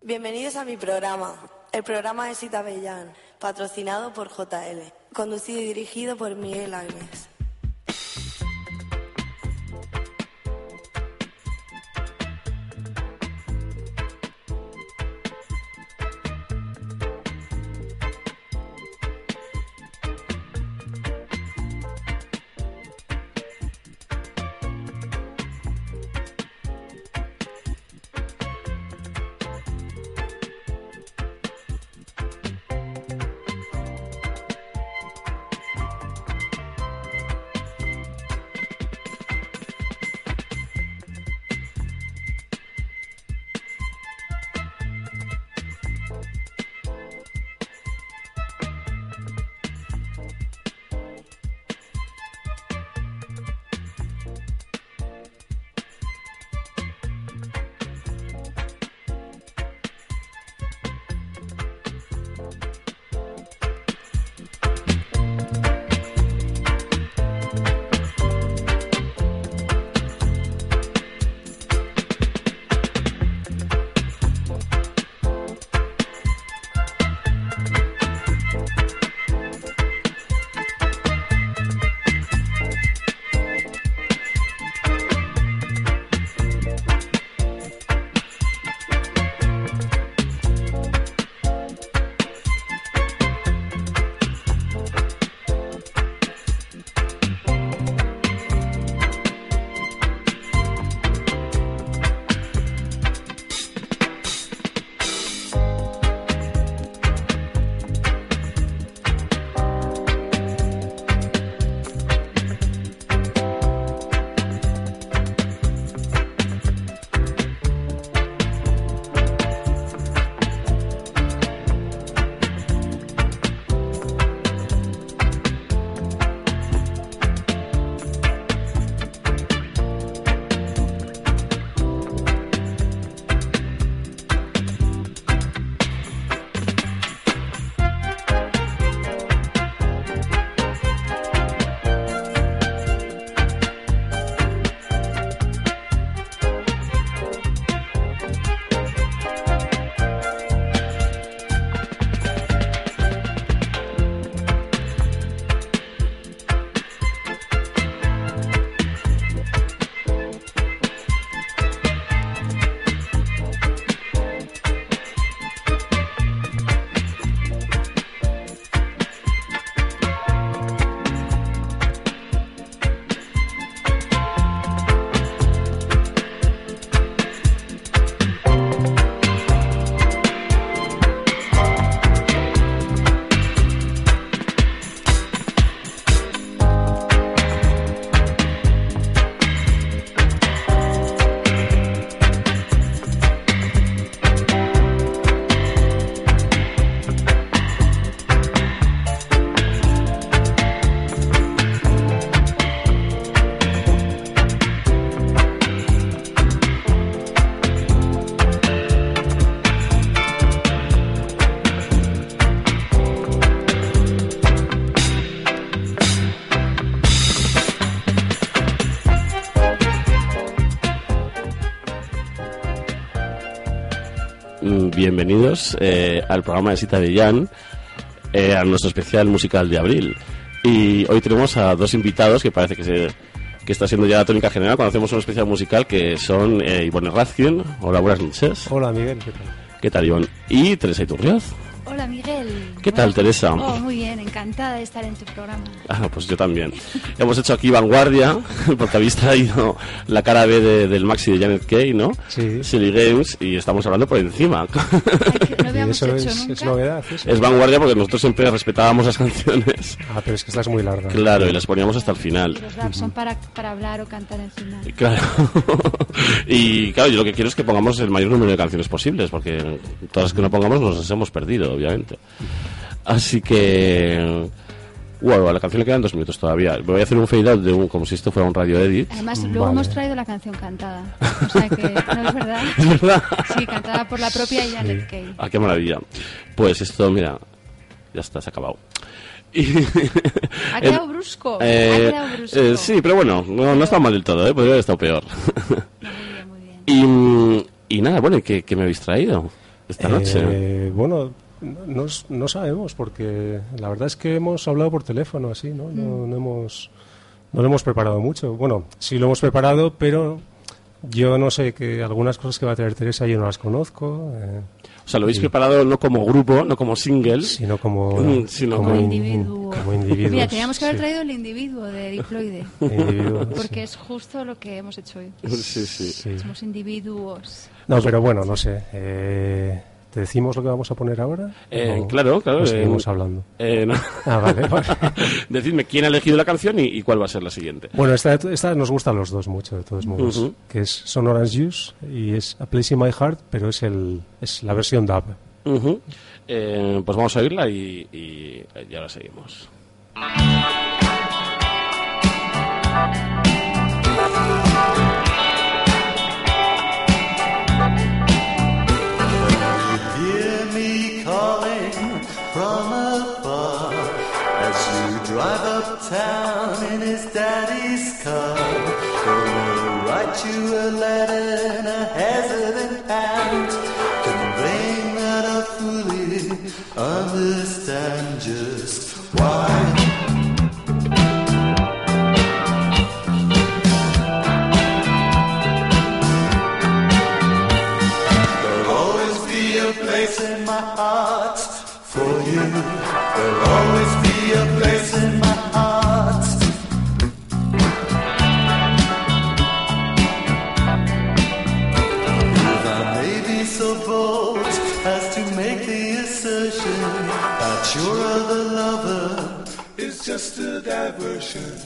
Bienvenidos a mi programa, el programa de Sita Bellán, patrocinado por JL, conducido y dirigido por Miguel Agnes. Bienvenidos al programa de Sita Bellán, a nuestro especial musical de abril. Y hoy tenemos a dos invitados que parece que está siendo ya la tónica general cuando hacemos un especial musical, que son Ivonne Razkin. Hola, buenas noches. Hola, Miguel, ¿qué tal? ¿Qué tal, Ivonne? Y Teresa Iturrioz. Hola, Miguel. ¿Qué tal, Teresa? Oh, muy bien, encantada de estar en tu programa. Ah, pues yo también. Hemos hecho aquí vanguardia, porque habéis traído la cara B del maxi de Janet Kay, ¿no? Sí. Silly Games, y estamos hablando por encima. Ay, que no habíamos eso hecho es, nunca. es novedad. Eso. Es vanguardia porque nosotros siempre respetábamos las canciones. Ah, pero es que esta es muy larga. Claro, y las poníamos hasta el final. Y los raps son para hablar o cantar encima. Claro. Y claro, yo lo que quiero es que pongamos el mayor número de canciones posibles, porque todas las que no pongamos nos las hemos perdido, obviamente. Así que... Bueno, a la canción le quedan 2 minutos todavía. Me voy a hacer un fade out como si esto fuera un radio edit. Además, luego hemos traído la canción cantada. O sea que, ¿no es verdad? ¿Es verdad? Sí, cantada por la propia Janet Kay. Ah, qué maravilla. Pues esto, mira, ya está, se ha acabado. Y Ha quedado brusco. Ha quedado brusco. Sí, pero bueno, no está mal del todo, podría haber estado peor. Muy bien, muy bien. Y nada, bueno, ¿qué me habéis traído? esta noche? Bueno, no sabemos, porque la verdad es que hemos hablado por teléfono, así, ¿no? No lo hemos preparado mucho. Bueno, sí lo hemos preparado, pero yo no sé, que algunas cosas que va a traer Teresa yo no las conozco. O sea, lo habéis preparado no como grupo, no como single, sino como individuo. Como individuos. Mira, teníamos que haber traído el individuo de Diploide. Porque es justo lo que hemos hecho hoy. Sí. Somos individuos. No, pero bueno, no sé. ¿Te decimos lo que vamos a poner ahora? Claro. ¿O seguimos hablando? No. Vale. Decidme quién ha elegido la canción y cuál va a ser la siguiente. Bueno, esta nos gusta a los dos mucho, de todos modos. Que son Orange Juice y es A Place in My Heart, pero es la versión dub. Pues vamos a oírla y ahora seguimos. Drive uptown in his daddy's car. Gonna write you a letter in a hesitant hand, conveying that I fully understand just why. There'll always be a place in my heart for you. There'll always be a place in my heart. If I may be so bold as to make the assertion that your other lover is just a diversion.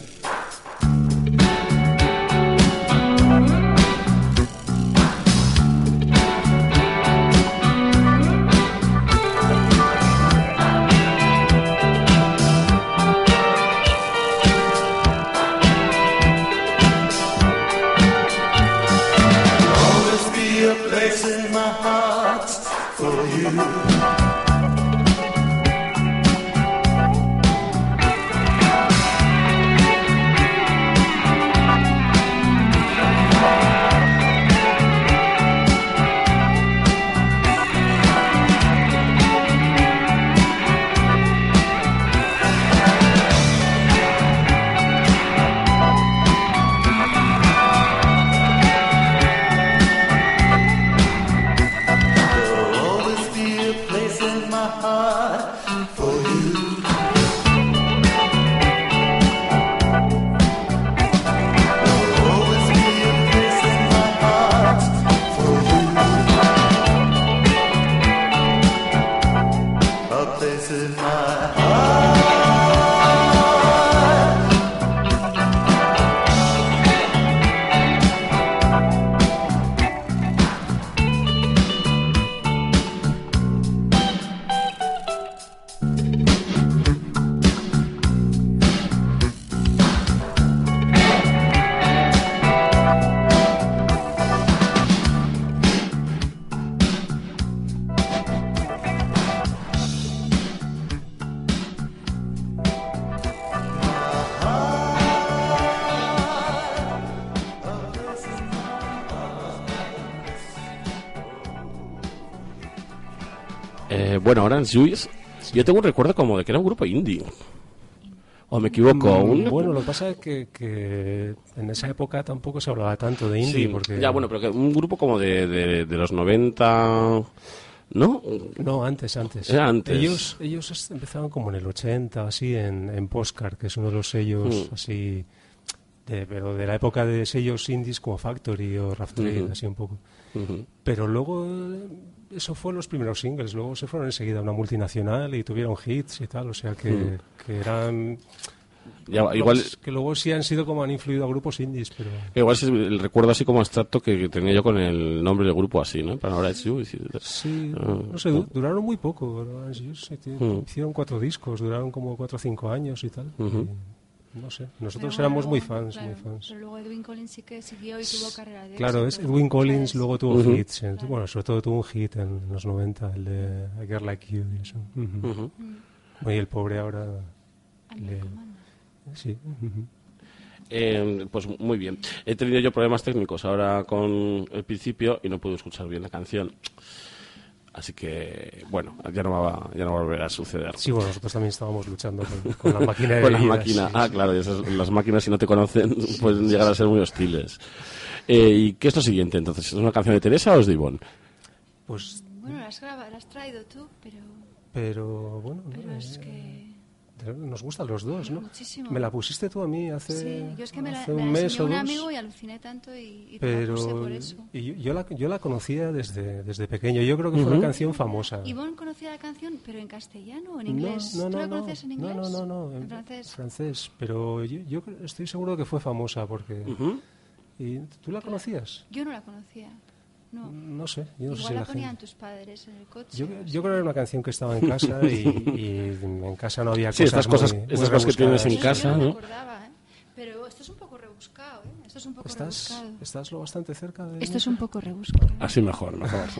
Bueno, Orange Juice, yo tengo un recuerdo como de que era un grupo indie. ¿O me equivoco? Bueno, lo que pasa es que en esa época tampoco se hablaba tanto de indie. Sí, porque... ya, bueno, pero que un grupo como de los 90... ¿No? No, antes. Era antes. Ellos empezaron como en el 80, así, en Postcard, que es uno de los sellos así... pero de la época de sellos indies como Factory o Rough Trade, así un poco. Pero luego, eso fue los primeros singles. Luego se fueron enseguida a una multinacional y tuvieron hits y tal. O sea que eran... Ya, igual que luego sí han sido como han influido a grupos indies, pero... Igual es el recuerdo así como abstracto que tenía yo con el nombre del grupo así, ¿no? Para ahora Sí, no sé, duraron muy poco. Hicieron 4 discos, duraron como 4 o 5 años y tal. No sé, nosotros Pero éramos luego, muy fans, claro, muy fans. Pero luego Edwin Collins sí que siguió y tuvo carrera de Claro, éxito. Edwin Collins luego tuvo hits. Claro. Bueno, sobre todo tuvo un hit en los 90, el de I Girl Like You y eso. Y el pobre ahora... Sí. Pues muy bien. He tenido yo problemas técnicos ahora con el principio y no puedo escuchar bien la canción. Así que, bueno, ya no va a volver a suceder. Sí, bueno, nosotros también estábamos luchando con la máquina de con la bebidas, máquina. sí. Claro, las máquinas, si no te conocen, pueden llegar a ser muy hostiles. ¿Y qué es lo siguiente, entonces? ¿Es una canción de Teresa o es de Ivonne? Pues... Bueno, la has traído tú, Pero, bueno... Pero es que... Nos gustan los dos, ¿no? Muchísimo. Me la pusiste tú a mí hace Sí, yo es que me la un mes enseñó o un dos. amigo y aluciné tanto y Pero te la puse por eso. y yo la conocía desde pequeño. Yo creo que fue una canción famosa. ¿Ivonne conocía la canción, pero en castellano o en inglés? No, ¿Tú la conocías en inglés? No, en francés. Francés, pero yo estoy seguro que fue famosa porque... ¿Y tú la conocías? Yo no la conocía. No. No sé, yo no sé Igual si la la ponían gente... tus padres en el coche. Yo creo que era una canción que estaba en casa y en casa no había Sí, estas cosas muy que tienes en rebuscadas. casa, yo no ¿no? me acordaba, ¿eh? Pero esto es un poco rebuscado, ¿eh? Esto es un poco rebuscado. ¿Estás lo bastante cerca de Esto es un poco rebuscado. Así mejor.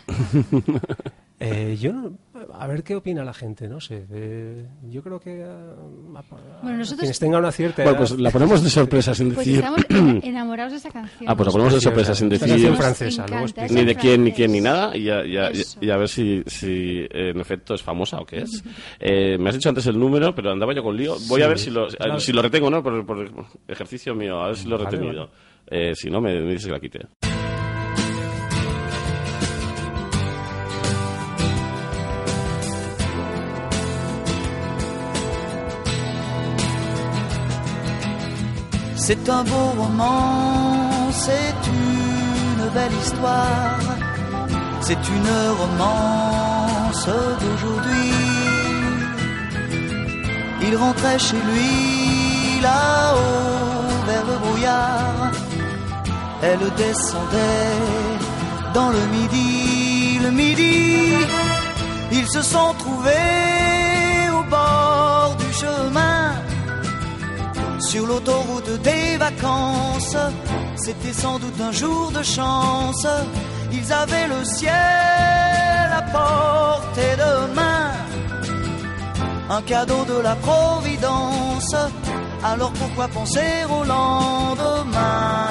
Yo a ver qué opina la gente, no sé. Yo creo que Bueno, nosotros... quienes tengan una cierta Bueno, edad... pues la ponemos de sorpresa sin Pues decir... estamos enamorados de esa canción. Pues la ponemos de sorpresa sin Esta decir canción Nos francesa, encanta, luego es explico. ni de en quién ni francés. quién ni nada y Eso. a ver si en efecto es famosa o qué es. Me has dicho antes el número, pero andaba yo con lío. Voy a ver si lo retengo, ¿no? Por ejercicio mío, a ver si lo he Vale, retenido. Si no, me dices que la quite. C'est un beau roman, c'est une belle histoire, c'est une romance d'aujourd'hui. Il rentrait chez lui là-haut vers le brouillard, elle descendait dans le midi, ils se sont trouvés au bord du chemin. Sur l'autoroute des vacances, c'était sans doute un jour de chance. Ils avaient le ciel à portée de main, un cadeau de la Providence. Alors pourquoi penser au lendemain?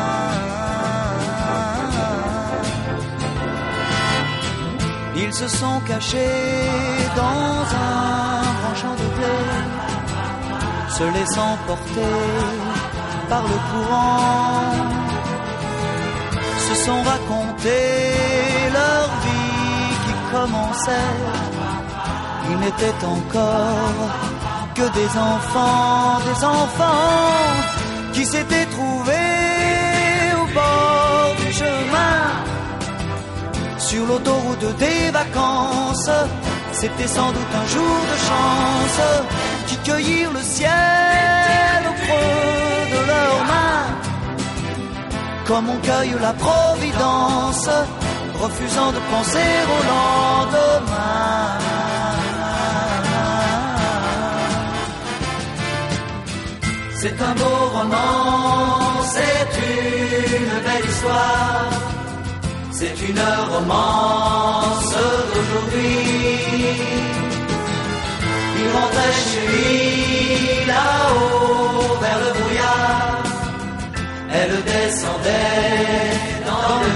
Ils se sont cachés dans un grand champ de blé, se laissant porter par le courant, se sont raconté leur vie qui commençait. Ils n'étaient encore que des enfants qui s'étaient trouvés au bord du chemin. Sur l'autoroute des vacances, c'était sans doute un jour de chance, qui cueillirent le ciel au creux de leurs mains, comme on cueille la providence, refusant de penser au lendemain. C'est un beau roman, c'est une belle histoire, c'est une romance d'aujourd'hui. Il rentrait chez lui là-haut vers le brouillard, elle descendait dans le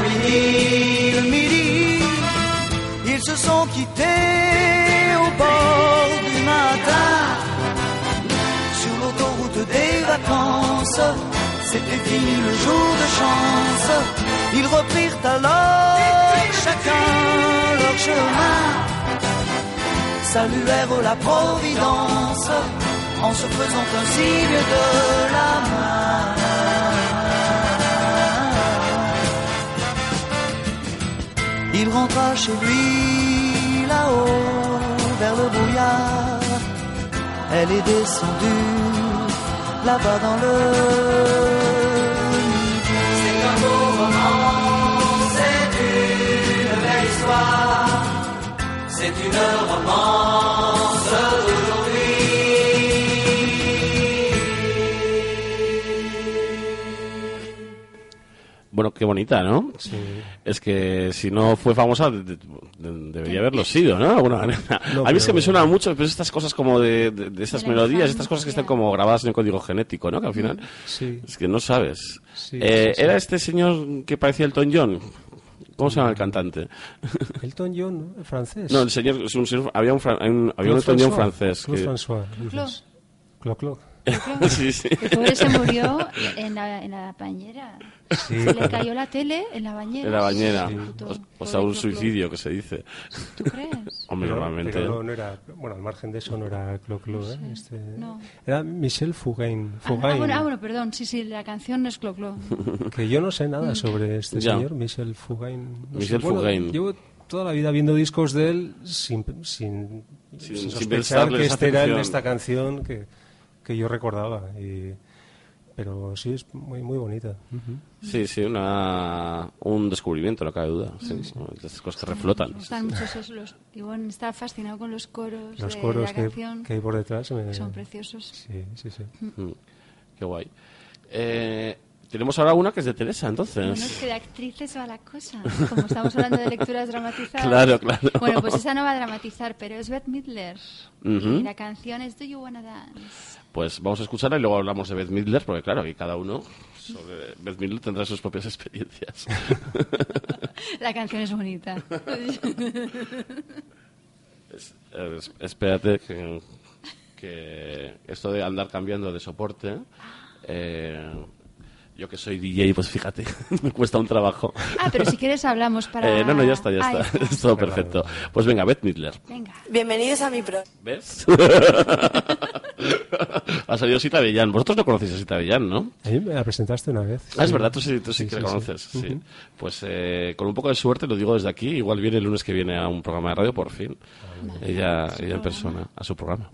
midi. Ils se sont quittés au bord du matin, sur l'autoroute des vacances. C'était fini le jour de chance. Ils reprirent alors chacun leur chemin, saluèrent la Providence en se faisant un signe de la main. Il rentra chez lui là-haut vers le brouillard, elle est descendue là-bas dans le midi. C'est un beau roman, c'est une belle histoire, c'est une romance d'aujourd'hui. Bueno, qué bonita, ¿no? Sí. Es que si no fue famosa, debería haberlo sido, ¿no? De alguna manera. No, a mí es que pero- me suenan mucho pero estas cosas como de estas De la melodías, estas cosas que infancia. están como grabadas en el código genético, ¿no? Que al final Sí. es que no sabes. Sí, sí, sí. ¿Era este señor que parecía Elton John? ¿Cómo se llama el cantante? Elton John, ¿no? ¿Francés? No, el señor es un señor, había un Elton John francés. Claude Que... François. Cloc. Sí, sí. El pobre se murió en la bañera. Sí, Se le cayó la tele en la bañera. En la bañera. Sí. O sea, un suicidio que se dice. ¿Tú crees? Hombre, normalmente. Pero no era, bueno, al margen de eso no era Cloc, Sí, no. Era Michel Fugain. Bueno, perdón, sí, la canción no es Cloc. Que yo no sé nada sobre este Ya. señor, Michel Fugain. No Michel sé, bueno, Fugain. Llevo toda la vida viendo discos de él sin sin sospechar prestarles que este era el atención. de esta canción que yo recordaba. Pero sí, es muy, muy bonita. Sí, un descubrimiento, no cabe duda. Sí, esas cosas que reflotan. Están muchos esos, Ivonne está fascinado con los coros, Los de coros la canción. que hay por detrás Son preciosos. Sí. Qué guay. Tenemos ahora una que es de Teresa, entonces. Bueno, es que de actrices va la cosa. Como estamos hablando de lecturas dramatizadas. Claro. Bueno, pues esa no va a dramatizar, pero es Bette Midler. Y la canción es Do You Wanna Dance? Pues vamos a escucharla y luego hablamos de Bette Midler, porque claro, que cada uno sobre Bette Midler tendrá sus propias experiencias. La canción es bonita. Espérate que esto de andar cambiando de soporte, yo que soy DJ, pues fíjate, me cuesta un trabajo. Pero si quieres hablamos para... No, ya está. Es todo perfecto. Pues venga, Bette Midler. Venga. Bienvenidos a mi pro. ¿Ves? Ha salido Sita Avellán. Vosotros no conocéis a Sita Avellán, ¿no? A mí me la presentaste una vez. Es verdad, tú sí que la conoces. Sí. Pues con un poco de suerte, lo digo desde aquí, igual viene el lunes que viene a un programa de radio, por fin. Ella en persona, a su programa.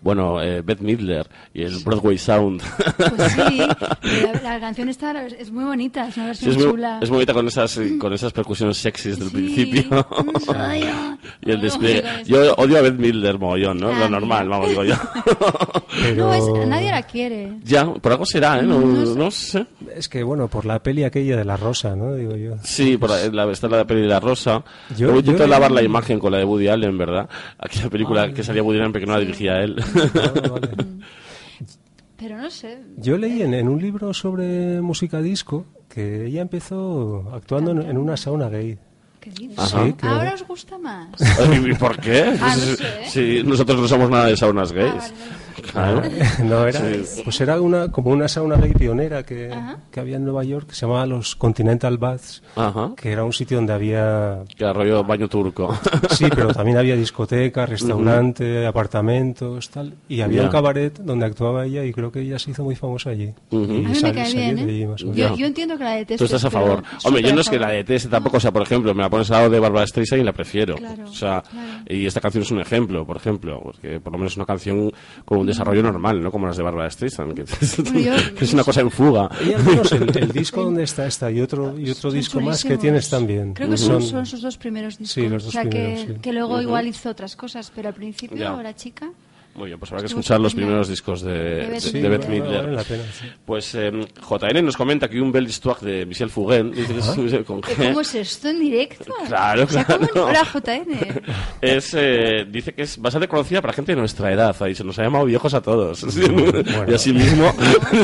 Bueno, Bette Midler y el Broadway Sound. Pues sí, la canción esta es muy bonita, es una versión chula. Es muy bonita con esas percusiones sexys del principio. Y el despliegue. Yo odio a Bette Midler mogollón, ¿no? Lo normal, vamos, digo yo. Pero... nadie la quiere. Ya, por algo será, ¿eh? No sé. Es que, bueno, por la peli aquella de La Rosa, ¿no? Digo yo. Sí, está la peli de La Rosa. Yo intento lavar la imagen con la de Woody Allen, ¿verdad? Aquella película que salía Woody Allen, pero que no la dirigía él. Vale. Pero no sé. Yo leí en un libro sobre música disco que ella empezó actuando en una sauna gay. ¿Qué dices? Sí, ¿Ahora os gusta más? ¿Y por qué? No sé. Sí, nosotros no somos nada de saunas gays. Vale. Claro. No, pues era como una sauna gay pionera que había en Nueva York, que se llamaba los Continental Baths, que era un sitio donde había... Que rollo baño turco. Sí, pero también había discoteca, restaurante, apartamentos, tal. Y había un cabaret donde actuaba ella y creo que ella se hizo muy famosa allí. A mí me cae bien, ¿eh? Yo entiendo que la deteste. Tú estás a favor. Hombre, yo no es que la deteste tampoco, o sea, por ejemplo, me la pones al lado de Barbra Streisand y la prefiero. Claro, o sea, y esta canción es un ejemplo, por ejemplo, porque por lo menos es una canción con un desarrollo normal, no como las de Barbra Streisand, que es una cosa en fuga. Y al menos el disco donde está esta y otro disco más que tienes también. Creo que son sus dos primeros discos. Sí, los dos primeros, que luego igual hizo otras cosas, pero al principio la chica... Muy bien, pues habrá que escuchar los primeros discos de Bette Midler. Vale la pena, sí. Pues JN nos comenta que un Belle Histoire de Michel Fugain. ¿Cómo es esto en directo? Claro, claro. Hola, JN. Dice que es bastante conocida para gente de nuestra edad. Ahí se nos ha llamado viejos a todos. Bueno. Y así mismo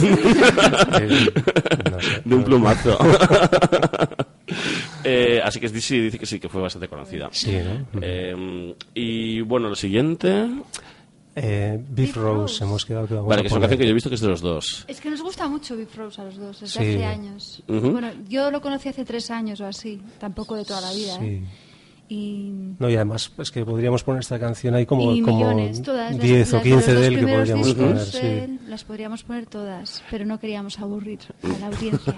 de un plumazo. Así que sí, dice que sí, que fue bastante conocida. Sí, ¿no? Y bueno, lo siguiente... Beef Rose, hemos quedado que vamos Vale, a que es una poner. canción que yo he visto que es de los dos. Es que nos gusta mucho Beef Rose a los dos, desde Sí. hace años. Bueno, yo lo conocí hace 3 años o así, tampoco de toda la vida, Sí. Y... No, y además es que podríamos poner esta canción ahí como millones, todas, 10 o las 15 los de él que primeros podríamos discos poner, de sí. él, las podríamos poner todas, pero no queríamos aburrir a la audiencia.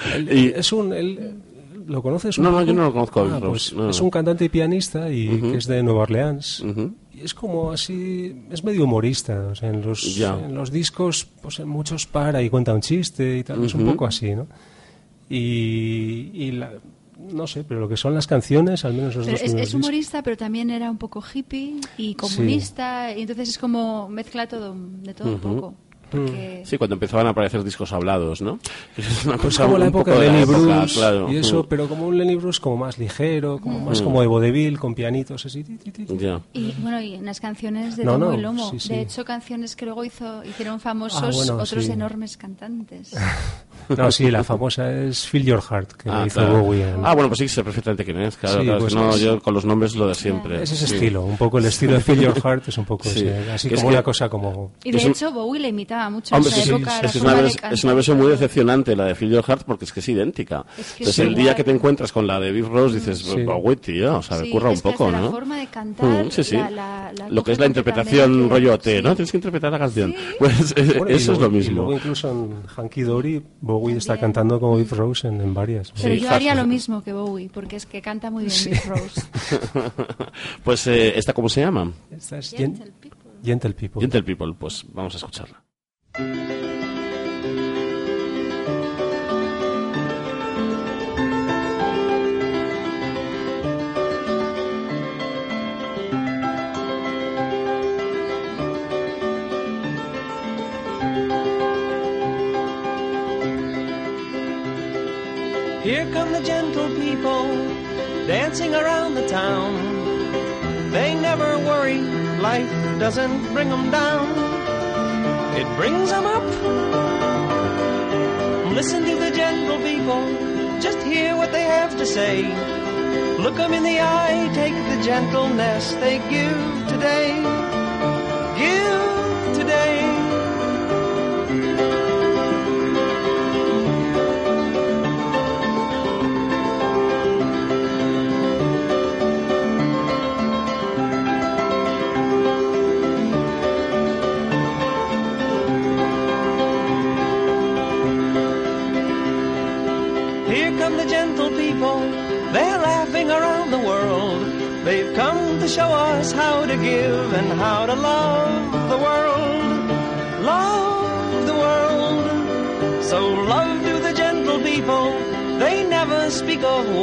¿Lo conoces? No, yo no lo conozco. Pues no. Es un cantante y pianista y que es de Nueva Orleans. Y es como así, es medio humorista. O sea, en los discos, pues en muchos para y cuenta un chiste y tal. Es un poco así, ¿no? No sé, pero lo que son las canciones, al menos los dos primeros es humorista, pero también era un poco hippie y comunista, y entonces es como mezcla de todo un poco. Porque... Sí, cuando empezaban a aparecer discos hablados, ¿no? Es una Pues cosa como la un época poco de Lenny la época, Bruce claro. y eso, pero como un Lenny Bruce como más ligero, como más como de vodevil, con pianitos así. Ya. Y bueno, y en las canciones de No, Tomo no, y Lomo. sí, sí. De hecho, canciones que luego hicieron famosos otros sí. enormes cantantes. No, sí, la famosa es Feel Your Heart, que la hizo claro. Bowie. Bueno, pues sí, sé perfectamente quién es. Claro, Sí, claro, pues que no, es- yo con los nombres lo de siempre. Es ese Sí. estilo, un poco el estilo de Feel Your Heart es un poco Sí. ese, así Es como que- una cosa como... Y de hecho, Bowie le imitaba mucho Hombre, en sí, esa sí, época. es la que forma de es una cantar. versión muy decepcionante la de Feel Your Heart porque es que es idéntica. Es que Entonces es el igual. día que te encuentras con la de Beef Rose dices, Sí. Bowie, tío, o sea, Sí, curra un es que poco, hasta ¿no? la forma de cantar, Sí, sí. la Lo que es coge la interpretación completamente, rollo T, ¿no? sí. Tienes que interpretar la canción. Sí. Pues Bueno, y eso es luego- lo Y luego mismo. incluso en Hunky Dory, Bowie está También. cantando como Beef Rose en varias. Pero Sí, yo haría fácil. lo mismo que Bowie, porque es que canta muy bien Beef Rose. Pues ¿esta cómo se llama? Esta es Gentle People. Gentle People. Gentle People, pues vamos a escucharla. Here come the gentle people dancing around the town. They never worry, life doesn't bring them down. It brings them up. Listen to the gentle people, just hear what they have to say. Look them in the eye, take the gentleness they give today. Give today. Here come the gentle people, they're laughing around the world. They've come to show us how to give and how to love the world.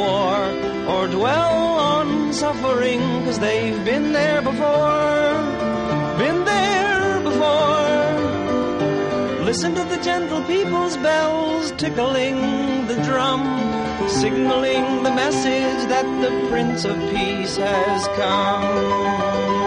war or dwell on suffering, 'cause they've been there before, been there before. Listen to the gentle people's bells tickling the drum, signaling the message that the Prince of Peace has come.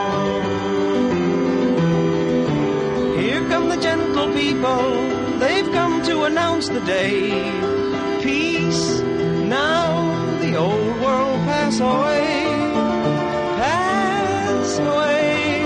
Here come the gentle people, they've come to announce the day. Peace, now the old world pass away, pass away.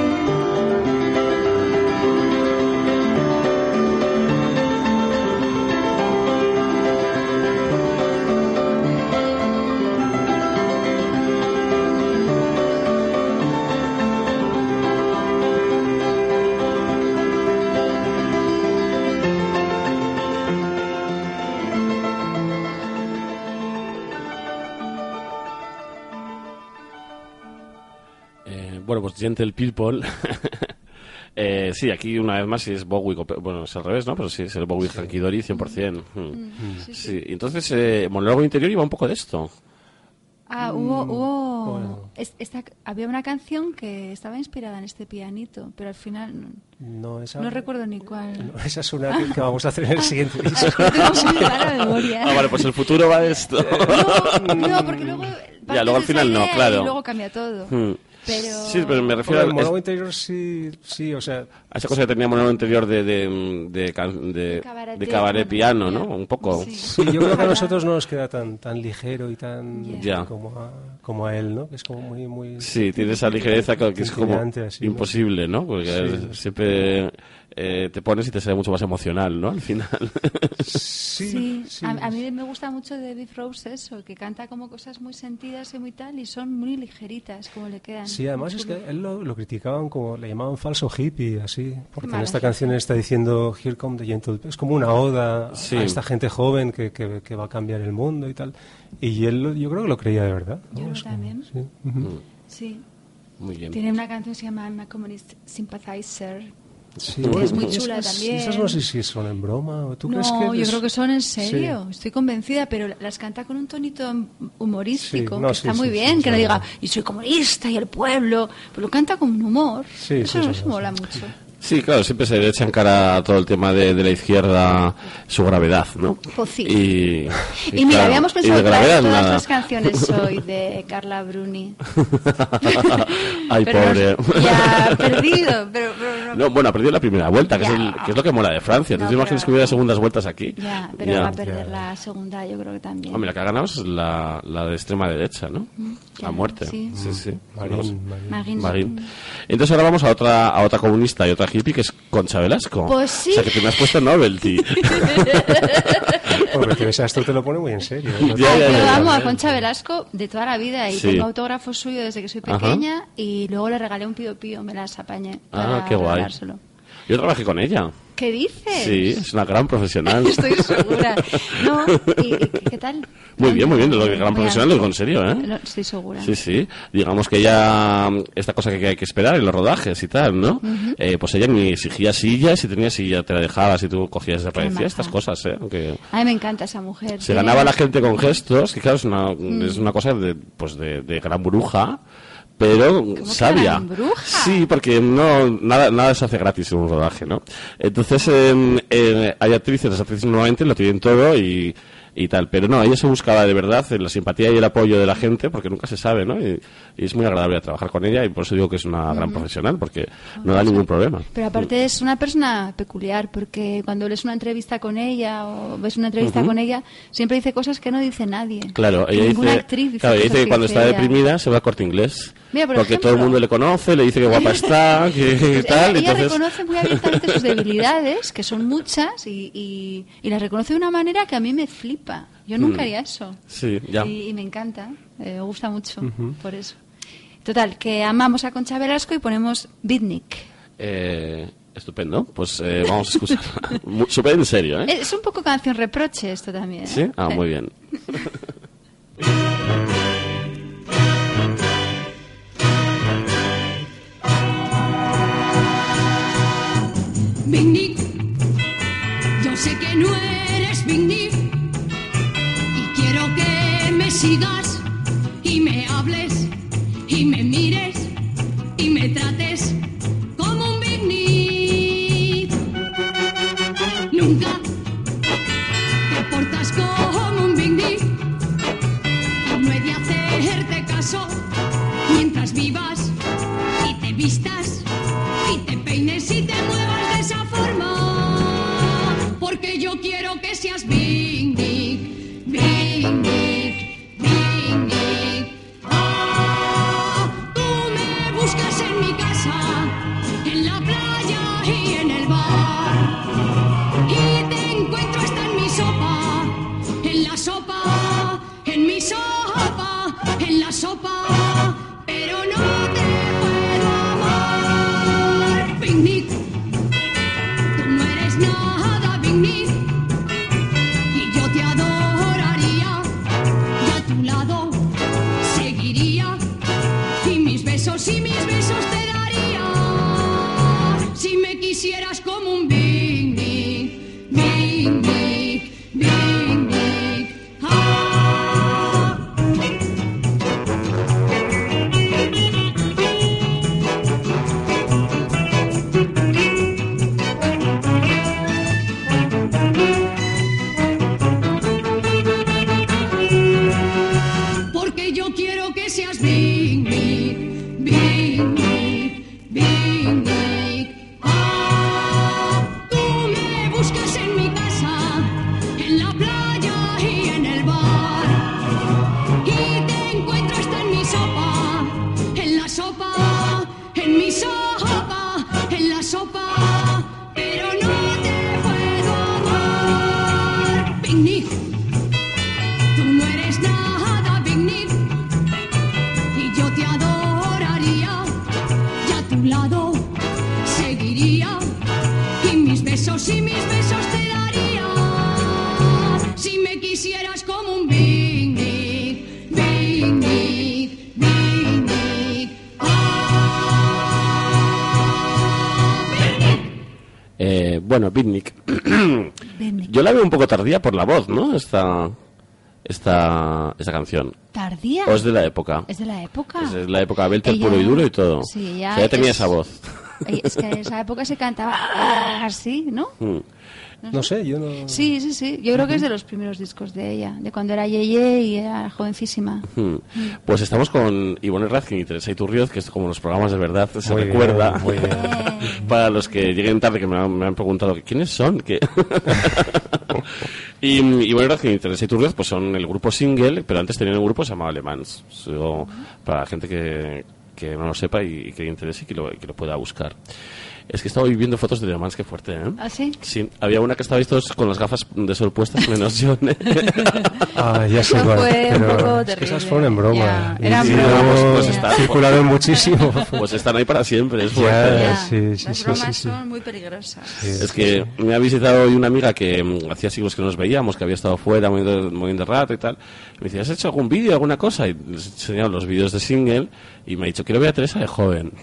Bueno, pues Gentle People. Sí, aquí una vez más es Bowie. Bueno, es al revés, ¿no? Pero sí, es el Bowie Hanky Dory 100%. Sí, entonces, monólogo interior iba un poco de esto. Hubo... había una canción que estaba inspirada en este pianito, pero al final no recuerdo ni cuál. No, esa es una que vamos a hacer en el siguiente disco. Tengo muy mala memoria. Vale, pues el futuro va de esto. No, porque luego... Ya, luego al final no, claro. Y luego cambia todo. Pero... Sí, pero me refiero al monólogo interior, sí, o sea... A esa cosa que tenía monólogo interior de cabaret piano, ¿no? Un poco. Sí, yo creo que a nosotros no nos queda tan ligero y tan como a él, ¿no? Que es como muy... Sí, tiene esa ligereza que es como así, imposible, ¿no? Porque siempre te pones y te sale mucho más emocional, ¿no? Al final. Sí. A mí me gusta mucho de Biff Rose eso, que canta como cosas muy sentidas y muy tal, y son muy ligeritas, como le quedan. Sí, además es que él lo criticaban como, le llamaban falso hippie, así, porque en esta canción está diciendo Here Come the Gentle People, es como una oda a esta gente joven que va a cambiar el mundo y tal, y él yo creo que lo creía de verdad, ¿no? Yo también. Sí. Muy bien. Tiene una canción que se llama I'm a Communist Sympathizer. Sí, es muy chula también. Esas no sé si son en broma o tú no, crees que... yo creo que son en serio, estoy convencida, pero las canta con un tonito humorístico, que está muy bien, que no diga, y soy comunista y el pueblo, pero lo canta con un humor, eso mola mucho. Sí, claro, siempre se le echa en cara a todo el tema de la izquierda, su gravedad, ¿no? Pues sí. Y mira, claro, habíamos pensado traer todas las canciones hoy de Carla Bruni. Ay, pero pobre. Ya ha perdido, pero no, bueno, ha perdido la primera vuelta, que es lo que mola de Francia. ¿Tú te imaginas que hubiera segundas vueltas aquí? Ya, pero va a perder la segunda, yo creo que también. Hombre, la que ha ganado es la de extrema derecha, ¿no? A muerte. Sí. Marín. Entonces ahora vamos a otra comunista y otra hippie, que es Concha Velasco. Pues sí. O sea, que te me has puesto novelty. Porque esto te lo pone muy en serio. Yo amo a Concha Velasco de toda la vida y tengo autógrafos suyos desde que soy pequeña. Y luego le regalé un Pío Pío, me las apañé para qué guay. regalárselo. Yo trabajé con ella. ¿Qué dices? Sí, es una gran profesional. Estoy segura. No, ¿y qué tal? Muy bien, lo de gran profesional lo digo en serio, ¿eh? No, estoy segura. Sí. Digamos que ella, esta cosa que hay que esperar en los rodajes y tal, ¿no? Pues ella ni exigía silla, si tenía silla te la dejabas y tú cogías y desaparecía, estas cosas, ¿eh? Aunque a mí me encanta esa mujer. Se ganaba la gente con gestos, que claro, es una cosa de gran bruja, pero sabia. Sí, porque nada se hace gratis en un rodaje, ¿no? Entonces hay actrices, las actrices normalmente lo tienen todo y tal, pero no, ella se buscaba de verdad la simpatía y el apoyo de la gente, porque nunca se sabe, ¿no? Y es muy agradable trabajar con ella, y por eso digo que es una gran profesional, porque no da ningún problema. Pero aparte es una persona peculiar, porque cuando lees una entrevista con ella o ves una entrevista con ella, siempre dice cosas que no dice nadie. Claro, ella dice que cuando está deprimida se va a Corte Inglés. Mira, porque ejemplo, todo el mundo le conoce, le dice que guapa está, que tal. Ella entonces... reconoce muy abiertamente sus debilidades, que son muchas, y las reconoce de una manera que a mí me flipa. Yo nunca haría eso. Sí, ya. Y me encanta, me gusta mucho, por eso. Total, que amamos a Concha Velasco y ponemos Beatnik. Estupendo, pues vamos a escucharla. Súper en serio, ¿eh? Es un poco canción reproche esto también. ¿Sí? Ah, muy bien. Beatnik, yo sé que no eres Beatnik y quiero que me sigas y me hables y me mires y me trates como un Big Nick. Nunca te portas como un Big Nick y no he de hacerte caso mientras vivas y te vistas y te peines y te muevas de esa forma, porque yo quiero que seas Big Nick, Big Nick, Big Nick. Tú me buscas en mi casa, en la playa y en el bar, y te encuentro hasta en mi sopa, en la sopa, en mi sopa, en la sopa, pero no te puedo amar. Big Nick, tú no eres nada, Big Nick, y yo te adoraría y a tu lado seguiría y mis besos te daría si me quisieras como un Big Nick, Big Nick, Big Nick. Porque yo quiero que seas Big Nick, Big Nick, Big Nick. Tú me buscas en mi casa, en la playa y en el bar, y te encuentro hasta en mi sopa, en la sopa, en mi sopa, en la sopa, pero no te puedo amar. Big Nick, tú no eres nada, Big Nick, y yo te adoraría y a tu lado seguiría y mis besos te daría si me quisieras como un Big Nick, Big Nick, Big Nick. Bueno, Big Nick. Yo la veo un poco tardía por la voz, ¿no? Esta canción. ¿Tardía? ¿O es de la época? ¿Es de la época? Es de la época de Belter puro y duro y todo. Sí, o sea, ya tenía esa voz. Es que en esa época se cantaba así, ¿no? No sé, yo no... Sí. Yo creo que es de los primeros discos de ella, de cuando era Yeye y era jovencísima. Pues estamos con Ivonne Razkin y Teresa Iturrioz, que es como los programas de verdad, se muy recuerda. Bien, muy bien. Para los que lleguen tarde, que me han preguntado ¿quiénes son? ¿Qué? Y Ivonne Razkin y Teresa Iturrioz pues son el grupo Single, pero antes tenían un grupo que se llamaba Alemans. Para la gente que no lo sepa y que le interese y que lo pueda buscar. Es que estaba viendo fotos de Alemans, qué fuerte, ¿eh? ¿Ah, sí? Sí, había una que estabais todos con las gafas de sol puestas, menos yo. Ya sé cuál, fue un poco es que terrible. esas fueron en broma. Eran bromas. Pues Circularon muchísimo. Pues están ahí para siempre, es fuerte. Las bromas son muy peligrosas. Sí, es que me ha visitado hoy una amiga que hacía siglos que no nos veíamos, que había estado fuera muy de rato y tal. Me dice, ¿has hecho algún vídeo, alguna cosa? Y les he enseñado los vídeos de Single y me ha dicho, quiero ver a Teresa de joven.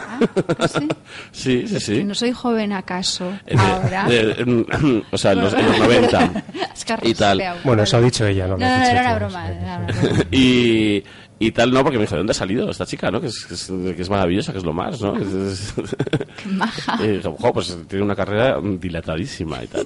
¿Sí? Sí. Que no soy joven, ¿acaso? Ahora. O sea, en los 90 y tal. Bueno, eso ha dicho ella, ¿no? No, era una broma. Y tal, no, porque me dijo, ¿de dónde ha salido esta chica, no? Que es maravillosa, que es lo más, ¿no? Qué maja. Pues tiene una carrera dilatadísima y tal.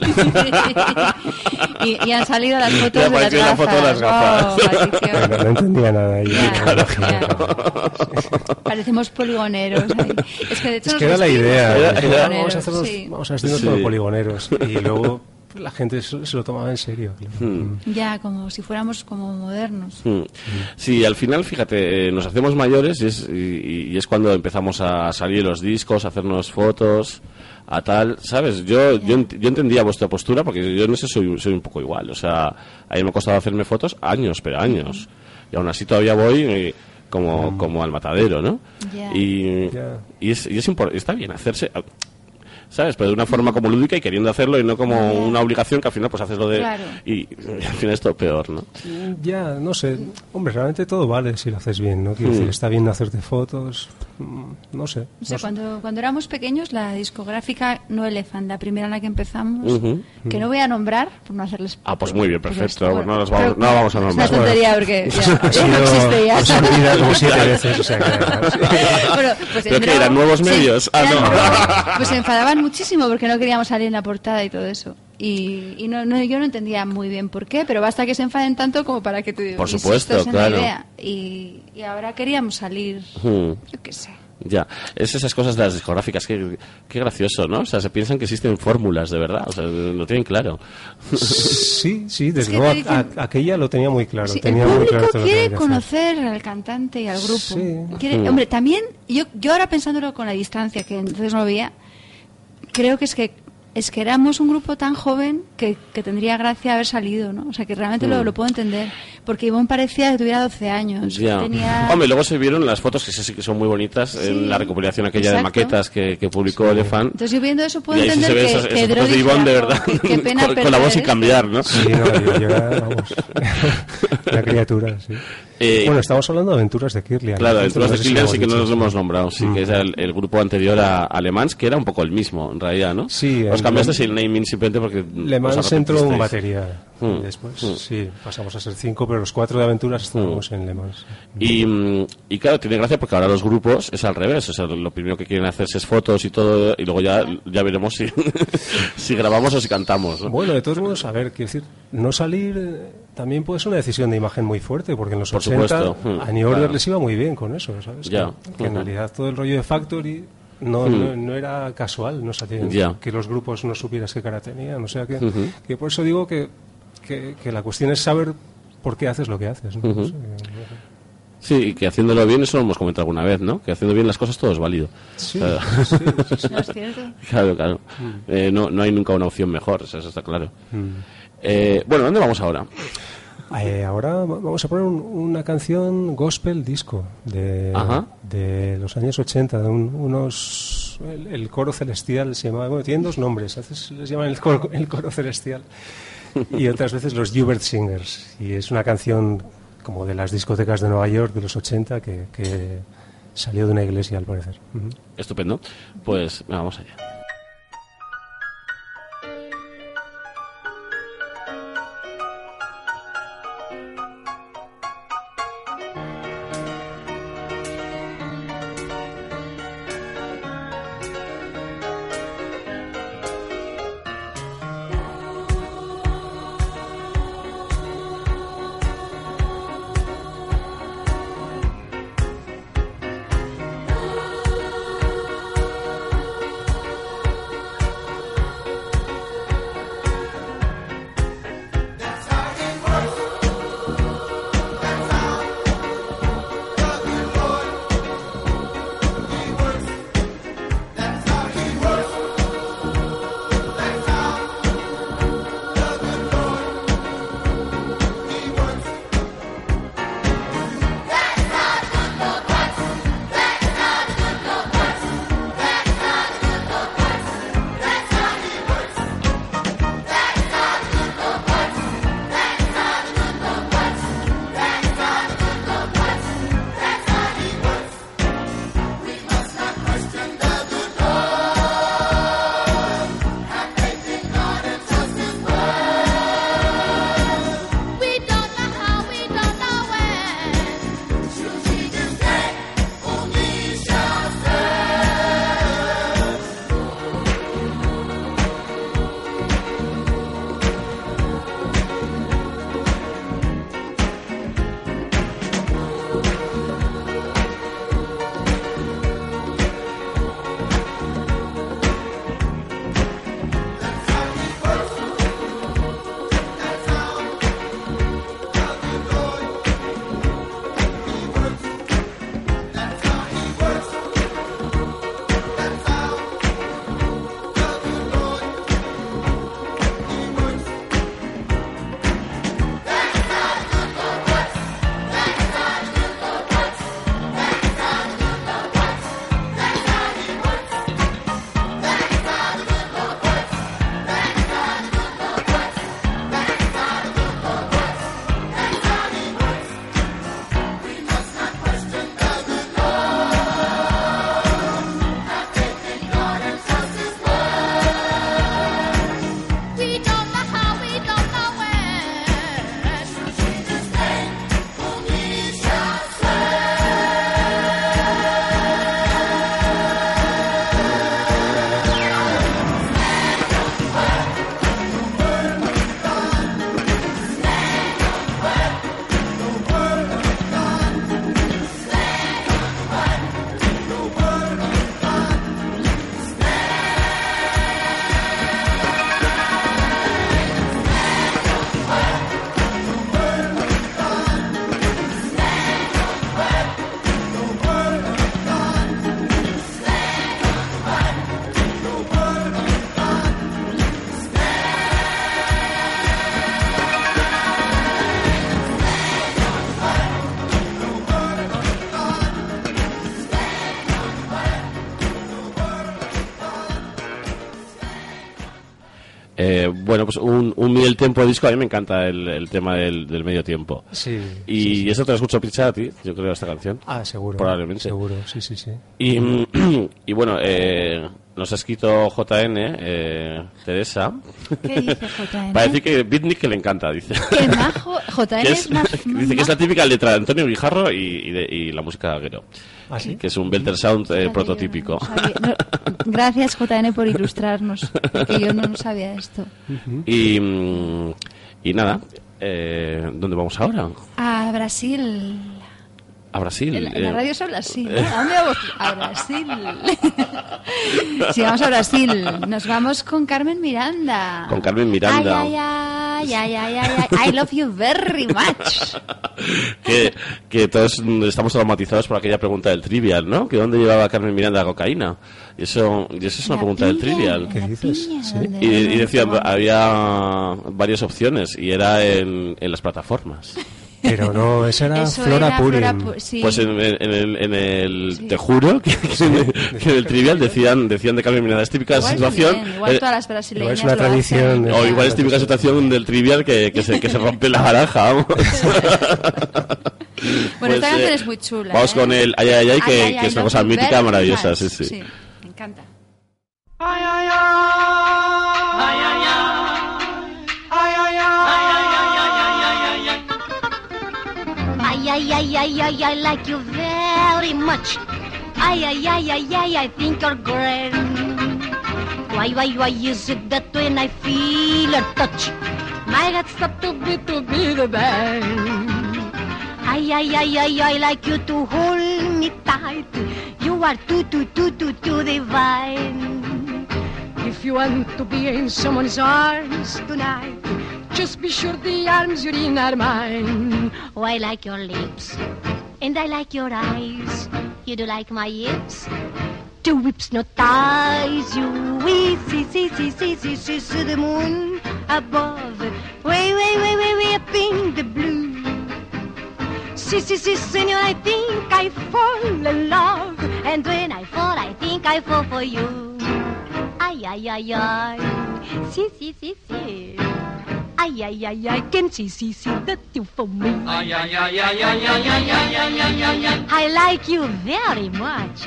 y han salido las fotos de las gafas. La foto de las gafas. Bueno, no entendía nada. Claro. Parecemos poligoneros. Es que de hecho era la idea. Vamos a hacernos como poligoneros. Y luego la gente se lo tomaba en serio. Ya, como si fuéramos como modernos. Sí, al final, fíjate, nos hacemos mayores y es cuando empezamos a salir los discos, a hacernos fotos, a tal, ¿sabes? Yo entendía vuestra postura porque yo en eso soy un poco igual. O sea, a mí me ha costado hacerme fotos años. Y aún así todavía voy como al matadero, ¿no? Y está bien hacerse... ¿sabes? Pero de una forma como lúdica y queriendo hacerlo y no como una obligación que al final pues haces lo de... Claro. Y al final es todo peor, ¿no? Ya, no sé. Hombre, realmente todo vale si lo haces bien, ¿no? Quiero decir, está bien hacerte fotos, no sé. O sea, cuando éramos pequeños, la discográfica No Elephant, la primera en la que empezamos, que no voy a nombrar por no hacerles... Ah, pues muy bien, perfecto. Pues no la vamos a nombrar. Es una tontería porque ya no existe ya. Se olvida como 7 veces, o sea que... Bueno, pues ¿pero qué eran nuevos medios? No. Pues se enfadaban muchísimo porque no queríamos salir en la portada y todo eso. Y yo no entendía muy bien por qué, pero basta que se enfaden tanto como para que te... Por supuesto, claro. Idea. Y ahora queríamos salir, yo qué sé. Ya, es esas cosas de las discográficas, qué gracioso, ¿no? O sea, se piensan que existen fórmulas, de verdad, o sea, lo tienen claro. Sí, desde luego aquella lo tenía muy claro. Sí, tenía el muy público claro quiere conocer al cantante y al grupo. Sí. Hombre, también, yo ahora pensándolo con la distancia, que entonces no lo veía, creo que es que éramos un grupo tan joven que tendría gracia haber salido, ¿no? O sea, que realmente lo puedo entender. Porque Ivonne parecía que tuviera 12 años. Ya. Hombre, luego se vieron las fotos, que sí que son muy bonitas, en la recopilación aquella de maquetas que publicó Elephant. Entonces yo viendo eso puedo entender se ve que esas fotos de Ivonne, de verdad, qué pena con la voz y cambiar, ¿no? Sí, yo vamos, la criatura, sí. Bueno, estamos hablando de Aventuras de Kirlian. Claro, Aventuras de Kirlian sí que no nos lo hemos nombrado, sí, que es el grupo anterior a Le Mans, que era un poco el mismo, en realidad, ¿no? Sí. Os cambiaste el naming simplemente porque... Le Mans entró en batería. Después, sí, pasamos a ser 5, pero los 4 de Aventuras estábamos en Le Mans. Y claro, tiene gracia porque ahora los grupos es al revés, o sea, lo primero que quieren hacerse es fotos y todo, y luego ya veremos si grabamos o si cantamos, ¿no? Bueno, de todos modos, a ver, quiero decir, no salir también puede ser una decisión de imagen muy fuerte, porque en los 80 a New Order les iba muy bien con eso, ¿sabes? Que en realidad todo el rollo de Factory no era casual, no sabía que los grupos no supieras qué cara tenían, o sea que por eso digo que la cuestión es saber por qué haces lo que haces, ¿no? No sé. Sí, y que haciéndolo bien, eso lo hemos comentado alguna vez, ¿no? Que haciendo bien las cosas todo es válido. Sí, ¿No es cierto? Claro. No hay nunca una opción mejor, eso está claro. Bueno, ¿dónde vamos ahora? Ahora vamos a poner una canción gospel disco de los años 80, de el coro celestial se llamaba, bueno, tienen 2 nombres, a veces les llaman el coro celestial y otras veces los Hubert Singers, y es una canción como de las discotecas de Nueva York de los 80 que salió de una iglesia, al parecer. Estupendo, pues vamos allá. Bueno, pues un medio tiempo disco, a mí me encanta el tema del medio tiempo. Sí. Y eso te lo escucho pinchar a ti, yo creo, esta canción. Ah, seguro. Probablemente. Seguro, sí. Y bueno, nos ha escrito JN, Teresa. ¿Qué dice JN? Para decir que Beatnik que le encanta, dice. Qué majo. JN Que es más... dice que es la típica letra de Antonio Guijarro y la música de Aguero. ¿Ah, sí? Que es un Belter Sound prototípico. No sabía. No, gracias, JN, por ilustrarnos, porque yo no sabía esto. Y nada, ¿dónde vamos ahora? A Brasil. A Brasil. En la radio es a Brasil, ¿no? ¿A dónde vamos? A Brasil. Sí, vamos a Brasil. Nos vamos con Carmen Miranda. Con Carmen Miranda. Ay, I love you very much. que todos estamos traumatizados por aquella pregunta del Trivial, ¿no? Que dónde llevaba Carmen Miranda la cocaína. Y eso es una pregunta del Trivial. ¿Qué dices? ¿Sí? Y decía, había varias opciones y era en las plataformas. Pero no, esa era Eso Flora era Purim. sí. Pues en el Sí. te juro que en el Trivial decían de Carmen Miranda, es típica Igual situación, bien, igual todas las brasileñas igual es una lo tradición, hacen. o igual es típica situación del Trivial que se rompe la baraja, vamos. Bueno, esta canción es muy chula. Vamos con el ay, ay, ay, que es una love cosa you mítica, very maravillosa, much. sí. Me encanta. Ay, ay, ay. Ay, ay, ay. Ay, ay, ay. I like you very much. I think you're great. Why is it that when I feel your touch, my heart stops to be the best? I like you to hold me tight. You are too divine. If you want to be in someone's arms tonight, just be sure the arms you're in are mine. Oh, I like your lips, and I like your eyes. You do like my hips? Two whips, no ties. You we see the moon above. Way up in the blue. See, senor, I think I fall in love. And when I fall, I think I fall for you. Ay. Sí. I can see that you for me. Ay. I like you very much.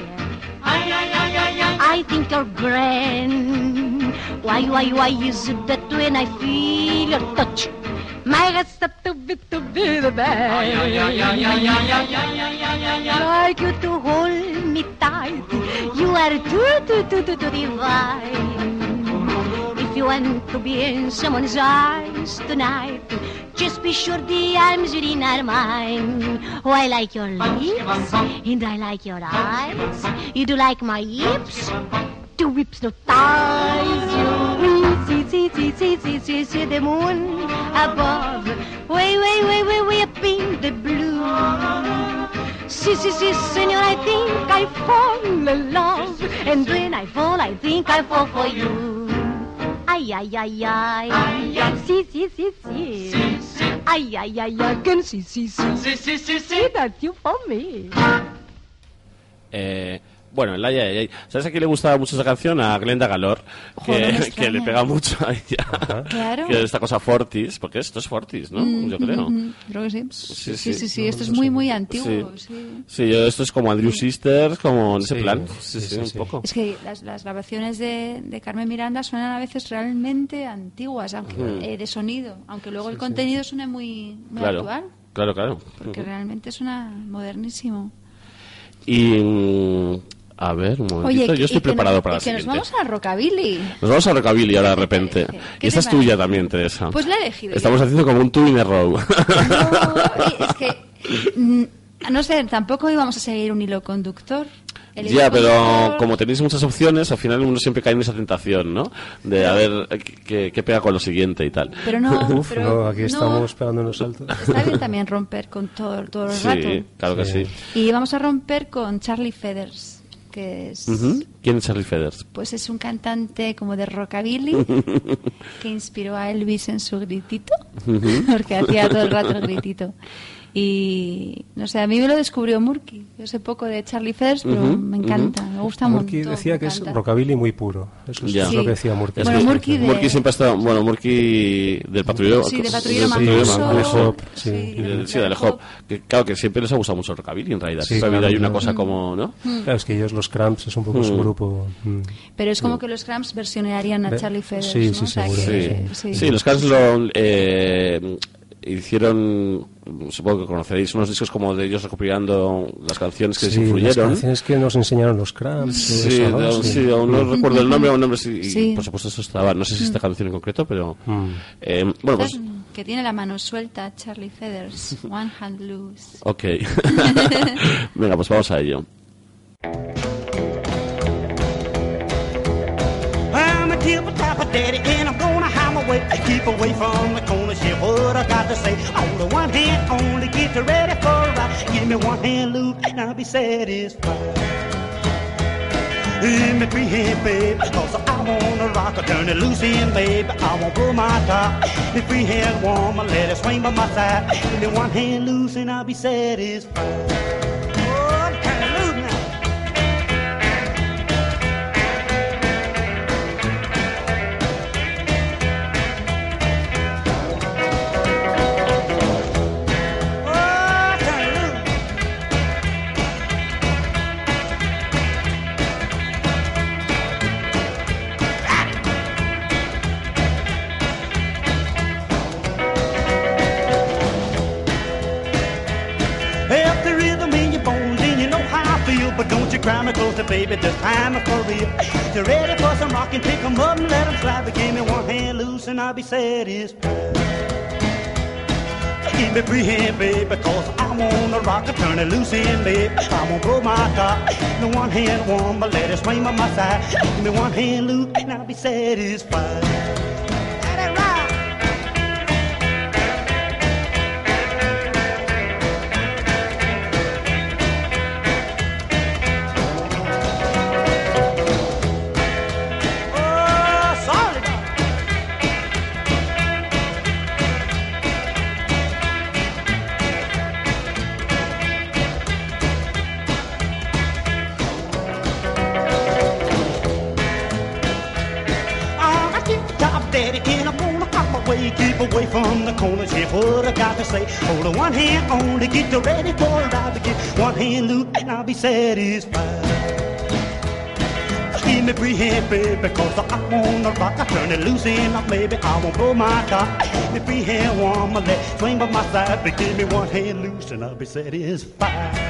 I think you're grand. Why is it that when I feel your touch, my heart stops to be the best? Like you to hold me tight. You are too divine. If you want to be in someone's arms tonight, just be sure the arms you're in are mine. Oh, I like your lips, and I like your eyes. You do like my hips, two whips, no ties. You see the moon above. Way up in the blue. See, senor, I think I fall in love. And when I fall, I think I fall for you. Ay. Sí. Ay, can see. Sí, that you for me. Bueno, el ay, ay, ay. ¿Sabes a quién le gustaba mucho esa canción? A Glenda Galor, Joder, me que extraña. le pega mucho a ella. Claro. Que esta cosa Fortis, porque esto es Fortis, ¿no? Yo creo. Creo que sí. Sí. Sí, esto es muy antiguo. Sí, esto es como Andrew Sisters, como en ese Sí, plan. sí, Un poco. Es que las grabaciones de Carmen Miranda suenan a veces realmente antiguas, aunque de sonido, aunque luego el contenido suene muy actual, Claro. porque realmente suena modernísimo. Y a ver, un momentito, yo estoy preparado para la que nos siguiente. vamos a Rockabilly. Nos vamos a Rockabilly ahora de repente. ¿Qué Y esta te es tuya parece? también, Teresa. Pues la he elegido. Estamos yo. haciendo como un two in a row. No, es que no sé, tampoco íbamos a seguir un hilo conductor. El hilo Ya, pero conductor- como tenéis muchas opciones, al final uno siempre cae en esa tentación, ¿no? De a ver qué pega con lo siguiente y tal. Pero no, Uf, pero no, aquí estamos pegándonos saltos. Está bien también romper con todo el rato. Sí, claro que sí. Y vamos a romper con Charlie Feathers, que es... Ujú. ¿Quién es Charlie Feathers? Pues es un cantante como de rockabilly que inspiró a Elvis en su gritito, porque hacía todo el rato el gritito. Y no sé, a mí me lo descubrió Murky. Yo sé poco de Charlie Feathers, pero me encanta, me gusta mucho. Murky decía que es rockabilly muy puro. Eso es lo que decía Murky. Bueno, Murky siempre ha estado... Bueno, Murky del patrullero... Sí, de patrullero Mamposo. Sí, del hop. Claro, que siempre les ha gustado mucho el rockabilly, en realidad. Sí, siempre ha habido ahí una cosa como... ¿no? Claro, es que ellos, los Cramps, es un poco su grupo. Pero es como que los Cramps versionarían a Charlie Feathers, sí, ¿no? sí, O sea, seguro. Sí, los Cramps lo... hicieron, supongo que conoceréis, unos discos como de ellos recopilando las canciones que les influyeron. Las canciones que nos enseñaron los Cramps. Sí, aún no recuerdo el nombre, y por supuesto eso estaba, no sé si esta canción en concreto, pero bueno, pues... Que tiene la mano suelta, Charlie Feathers, One Hand Loose. Ok. Venga, pues vamos a ello. Daddy, and I'm gonna hide my way, keep away from the corner, shit, what I got to say. On the one hand, only get ready for a ride. Give me one hand, Luke, and I'll be satisfied. Give me three hand, babe, cause I wanna rock, turn it loose in, babe. I won't blow my top. Me free hand warm, let it swing by my side. Give me one hand loose, and I'll be satisfied. But don't you cry me closer, baby, this time for real. If you're ready for some rockin', pick 'em up and let 'em slide. But give me one hand loose and I'll be satisfied. Give me free hand, baby, cause I wanna rock it, turn it loose in, babe. I won't blow my top. Give me one hand warm, but let it swing by my side. Give me one hand loose and I'll be satisfied. Keep away from the corners, hear what I got to say. Hold on one hand only, get you ready for a ride. Get one hand loose and I'll be satisfied. Give me free hand, baby, cause I wanna rock. I turn it loose and up, baby, I won't blow my top. Give me free hand warm, my leg swing by my side. But give me one hand loose and I'll be satisfied.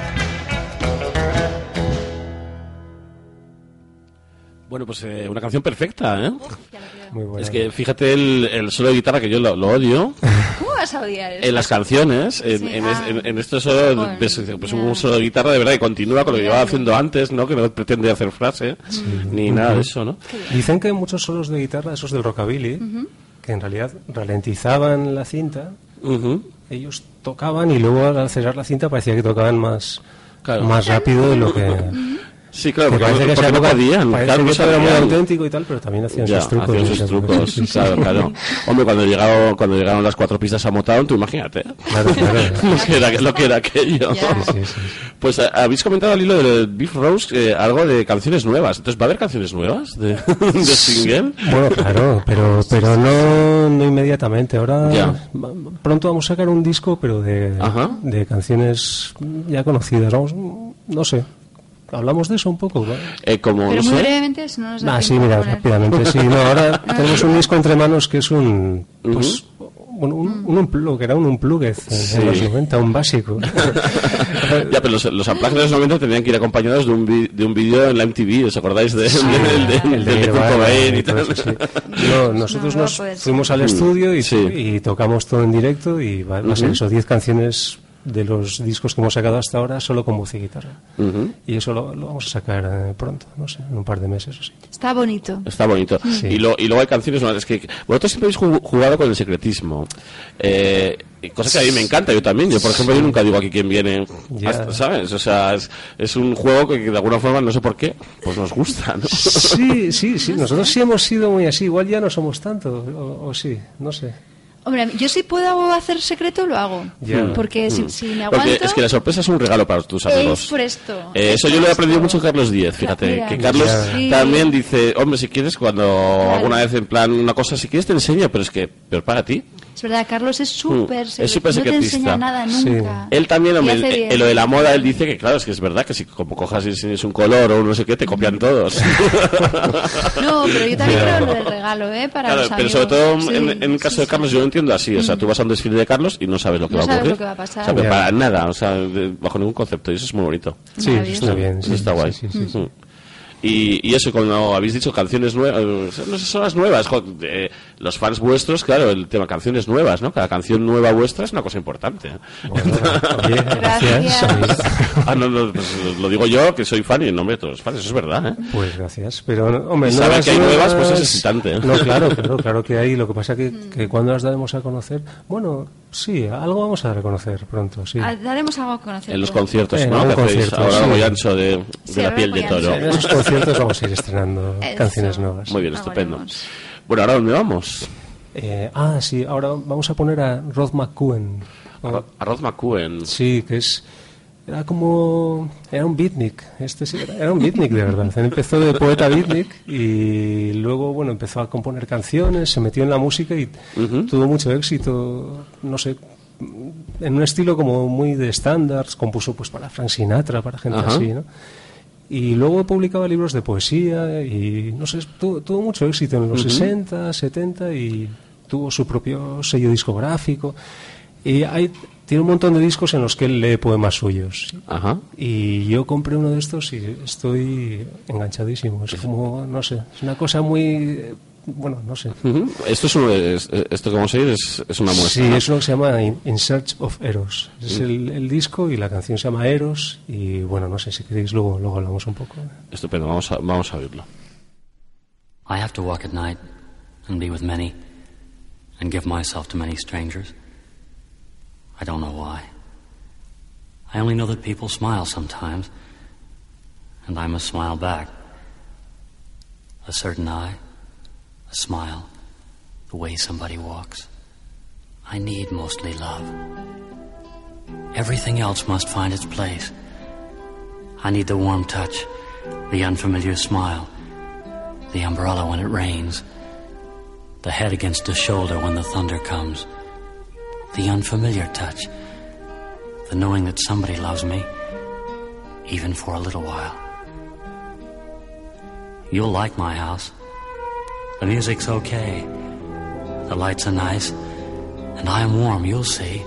Bueno, pues una canción perfecta, ¿eh? Muy buena. Es que fíjate el solo de guitarra, que yo lo odio. ¿Cómo vas a odiar eso? En las canciones, en esto solo, pues un solo de guitarra de verdad que continúa con lo que llevaba haciendo antes, ¿no? Que no pretende hacer frase, ni nada de eso, ¿no? Dicen que hay muchos solos de guitarra, esos del rockabilly, que en realidad ralentizaban la cinta, ellos tocaban y luego al acelerar la cinta parecía que tocaban más rápido de lo que... Sí, claro, porque parece que esa época podían. Parece Claro, que no eso era muy sabían. auténtico y tal, pero también hacían sus trucos. Hacían sus trucos, claro. Hombre, cuando llegaron las 4 pistas a Motown, tú imagínate. Claro. lo que era aquello. Sí. Pues habéis comentado al hilo del Beef Roast algo de canciones nuevas. Entonces, ¿va a haber canciones nuevas de single? Bueno, claro, pero no inmediatamente. Ahora pronto vamos a sacar un disco, pero de canciones ya conocidas. Vamos, no sé. Hablamos de eso un poco, ¿no? Como, pero no muy sé. brevemente, si no nos da Sí, tiempo mira, a poner. rápidamente. Sí, no, ahora tenemos un disco entre manos que es un... Pues, un unplug, era un unplugged en los 90, un básico. Ya, pero los unplugged de los 90 tenían que ir acompañados de un vídeo en la MTV, ¿os acordáis del de Kurt Cobain y tal? No, nosotros nos fuimos al estudio y tocamos todo en directo y va a ser eso, 10 canciones de los discos que hemos sacado hasta ahora solo con voz y guitarra. Y eso lo vamos a sacar pronto, no sé, en un par de meses o sí. Está bonito. Está bonito. Sí. Y luego hay canciones nuevas. Es que vosotros siempre habéis jugado con el secretismo. Cosa que a mí me encanta, yo también. Yo, por ejemplo, yo nunca digo aquí quién viene. ¿Sabes? O sea, es un juego que de alguna forma, no sé por qué, pues nos gusta, ¿no? Sí. Nosotros sí hemos sido muy así. Igual ya no somos tanto, o sí, no sé. Hombre, yo si puedo hacer secreto lo hago. Ya. Porque si me aguanto... Porque es que la sorpresa es un regalo para tus amigos. Es por esto. Eso yo lo he aprendido mucho de Carlos Díez, fíjate. Mira, que Carlos sí. también dice, hombre, si quieres, cuando alguna vez en plan una cosa, si quieres te enseño, pero es que, pero para ti. Es verdad, Carlos es súper secretista. No te enseña nada nunca. Él también, hombre, Y hace bien. en lo de la moda, él dice que claro, es que es verdad que si como cojas y enseñas un color o no sé qué, te copian todos. No, pero yo también creo en lo del regalo, para Claro, los pero amigos. sobre todo Sí, en el caso de Carlos yo lo entiendo así, o sea, tú vas a un desfile de Carlos y no sabes lo que No va a sabes ocurrir. lo que va a pasar. O sea, pero Ya. para nada, o sea, bajo ningún concepto, y eso es muy bonito. Sí, Maravilloso. está bien. Eso Sí, está guay. sí, sí, sí. Y eso, cuando habéis dicho canciones nuevas, no sé, son las nuevas, los fans vuestros, claro, el tema canciones nuevas, ¿no? Cada canción nueva vuestra es una cosa importante. Bueno, oye, gracias. No, pues lo digo yo, que soy fan y en nombre de todos los fans, eso es verdad, ¿eh? Pues gracias, pero hombre, Y saber que hay nuevas, pues es nuevas- excitante. No, claro que hay. Lo que pasa que cuando las daremos a conocer, bueno, sí, algo vamos a dar a conocer pronto, sí. Daremos algo a conocer. En los pronto. conciertos, En ¿no? algún Que hacéis concierto, ahora sí. muy ancho de Sí, la ahora piel muy de toro. ancho. En esos conciertos vamos a ir estrenando Eso. canciones nuevas. Muy bien, Algo estupendo. haremos. Bueno, ¿ahora dónde vamos? Sí, ahora vamos a poner a Rod McCuen. A Rod McCuen. Sí, que era un beatnik, era un beatnik de verdad. Él empezó de poeta beatnik y luego, bueno, empezó a componer canciones, se metió en la música y tuvo mucho éxito, no sé, en un estilo como muy de estándares, compuso pues para Frank Sinatra, para gente Ajá. así, ¿no? Y luego publicaba libros de poesía y, no sé, tuvo mucho éxito en los 60, 70 y tuvo su propio sello discográfico. Y tiene un montón de discos en los que él lee poemas suyos. Ajá. Y yo compré uno de estos y estoy enganchadísimo. Es como, no sé, es una cosa muy... Bueno, no sé. Esto esto que vamos a ir es una muestra. Sí, ¿no? es uno que se llama In Search of Eros. Es el disco y la canción se llama Eros. Y bueno, no sé, si queréis luego hablamos un poco. Estupendo, vamos a oírlo. I have to walk at night and be with many and give myself to many strangers. I don't know why. I only know that people smile sometimes, and I must smile back. A certain eye, a smile, the way somebody walks. I need mostly love. Everything else must find its place. I need the warm touch, the unfamiliar smile, the umbrella when it rains, the head against the shoulder when the thunder comes, the unfamiliar touch, the knowing that somebody loves me, even for a little while. You'll like my house. The music's okay. The lights are nice. And I am warm, you'll see.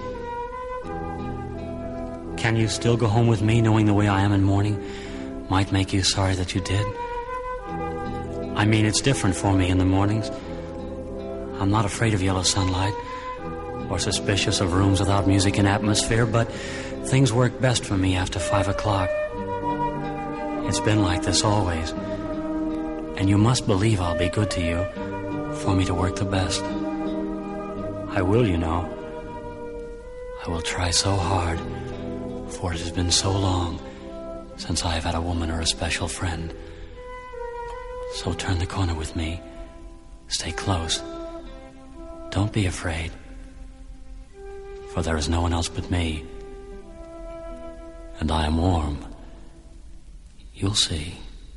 Can you still go home with me knowing the way I am in morning might make you sorry that you did? I mean, it's different for me in the mornings. I'm not afraid of yellow sunlight or suspicious of rooms without music and atmosphere, but things work best for me after 5 o'clock. It's been like this always. And you must believe I'll be good to you for me to work the best. I will, you know. I will try so hard, for it has been so long since I have had a woman or a special friend. So turn the corner with me. Stay close. Don't be afraid, for there is no one else but me. And I am warm. You'll see.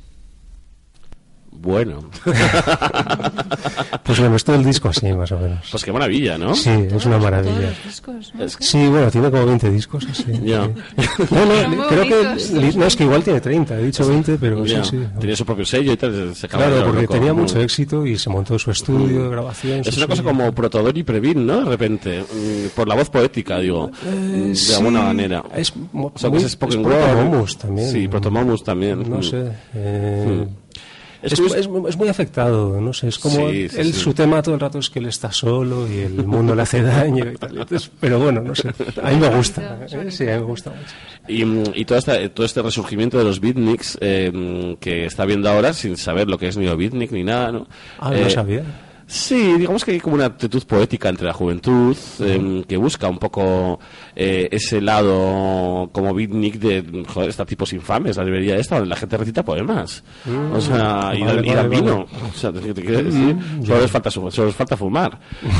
Bueno. Pues bueno, es todo el disco así, más o menos. Pues qué maravilla, ¿no? Sí, es una maravilla. Discos, ¿no? Sí, bueno, tiene como 20 discos así. Ya. No, creo que... No, es que igual tiene 30, he dicho 20, pero Ya. sí. Tenía su propio sello y tal. Se acaba de Claro, volver porque loco. tenía mucho éxito y se montó su estudio de grabación. Es su una cosa sello. como Protodor y Previn, ¿no? De repente, por la voz poética, digo, de Sí, alguna manera. Es, O sea, que muy- es spoken es word. Protomomus también. Sí, Protomomus también. No sé. Es Es, curioso- es muy afectado, no sé, es como Sí, sí, él, sí. su tema todo el rato es que él está solo y el mundo le hace daño y tal. Entonces, pero bueno, no sé, a mí me gusta, sí, a mí me gusta mucho. Y todo este resurgimiento de los beatniks que está viendo ahora sin saber lo que es ni beatnik ni nada, ¿no? Ah, no sabía. Sí, digamos que hay como una actitud poética entre la juventud que busca un poco ese lado como beatnik de, joder, estos tipos infames, la librería esta donde la gente recita poemas, o sea, y dan vino, o sea, te quiero decir, solo les falta fumar.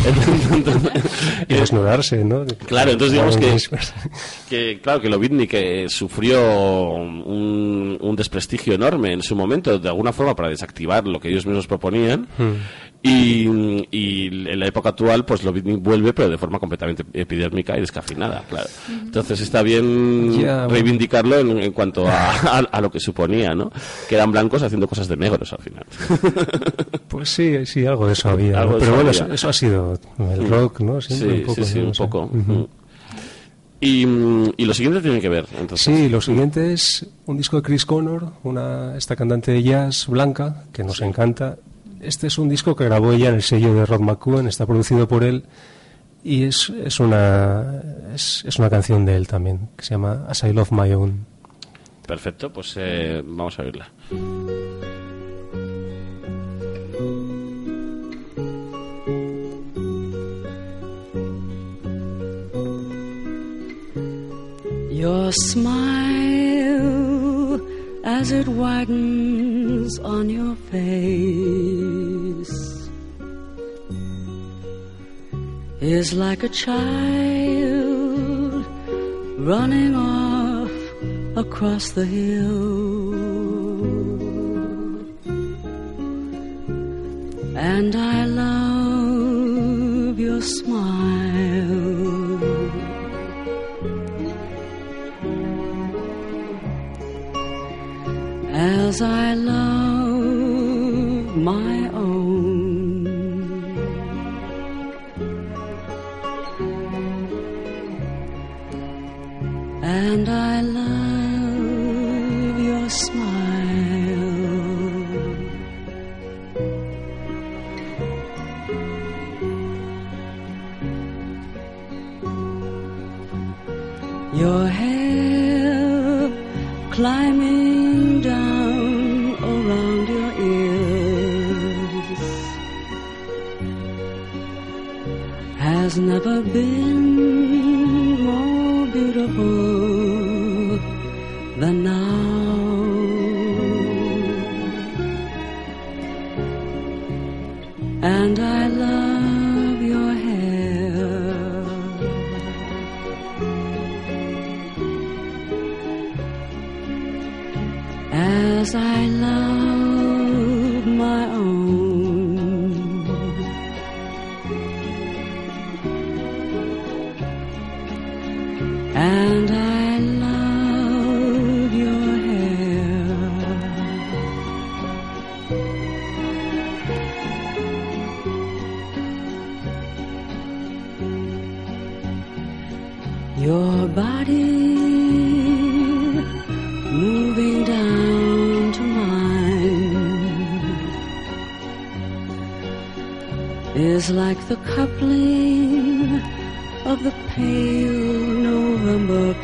Y desnudarse, ¿no? Claro, entonces digamos que lo beatnik sufrió un desprestigio enorme en su momento, de alguna forma, para desactivar lo que ellos mismos proponían. Y en la época actual, pues lo beatnik vuelve, pero de forma completamente epidérmica y descafeinada, claro. Entonces está bien reivindicarlo en cuanto a lo que suponía, ¿no? Que eran blancos haciendo cosas de negros al final. Pues sí, algo de eso había, ¿no? Pero bueno, eso ha sido el rock, ¿no? Siempre un poco. Y lo siguiente tiene que ver, entonces. Sí, lo siguiente es un disco de Chris Connor, esta cantante de jazz blanca que nos encanta. Este es un disco que grabó ella en el sello de Rod McCuen, está producido por él y es una canción de él también, que se llama As I Love My Own. Perfecto, pues vamos a oírla. Your smile as it widens on your face is like a child running off across the hill, and I love your smile. As I love my own, and I love your smile. Your hair climbing down around your ears has never been more beautiful than now, and I love your hair. As I love my own, and I love your hair. Your body moving down to mine is like the coupling of the pale November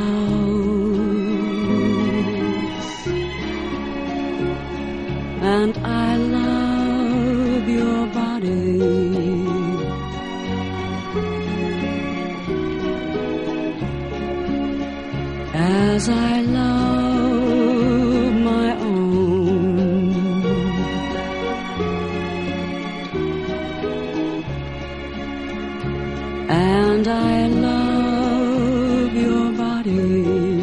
clouds, and I love your body. As I love my own, and I love your body,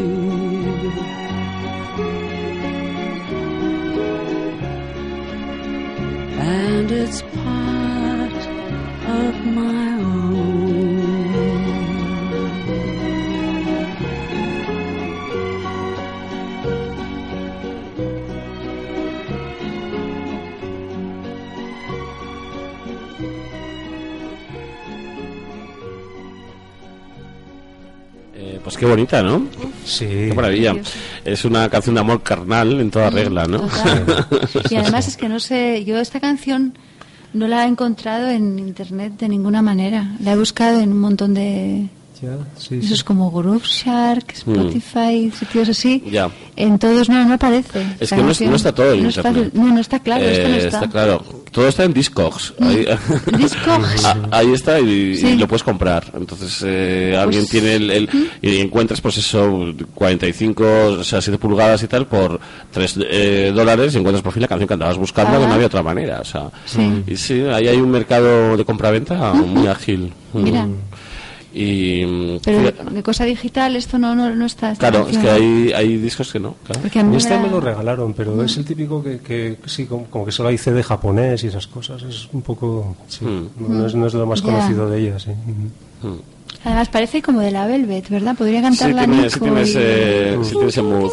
and it's part of my own. Pues qué bonita, ¿no? Sí. Qué maravilla. Es una canción de amor carnal en toda regla, ¿no? Y además es que no sé, yo esta canción no la he encontrado en internet de ninguna manera. La he buscado en un montón de... Eso es como Groove Shark, Spotify, sitios así. En todos no aparece. Es que no está todo en internet. No está claro, esto no está. Está claro. Todo está en Discogs. Ahí, Discogs. Ahí está y Sí. lo puedes comprar. Entonces alguien tiene y encuentras pues eso 45, o sea 7 pulgadas y tal por $3 y encuentras por fin la canción que andabas buscando, que no había otra manera. O sea, Sí. y sí, ahí hay un mercado de compraventa muy ágil. Mira. Y Pero de cosa digital esto no está. esta claro, es canción. que hay discos que no. Claro. Porque a mí Este me me lo la- regalaron, pero es el típico que sí, como que solo hay CD japonés y esas cosas. Es un poco... Sí, no es lo más Ya. conocido de ella, sí. Además parece como de la Velvet, ¿verdad? Podría Sí, cantarla tiene Nico ese mood.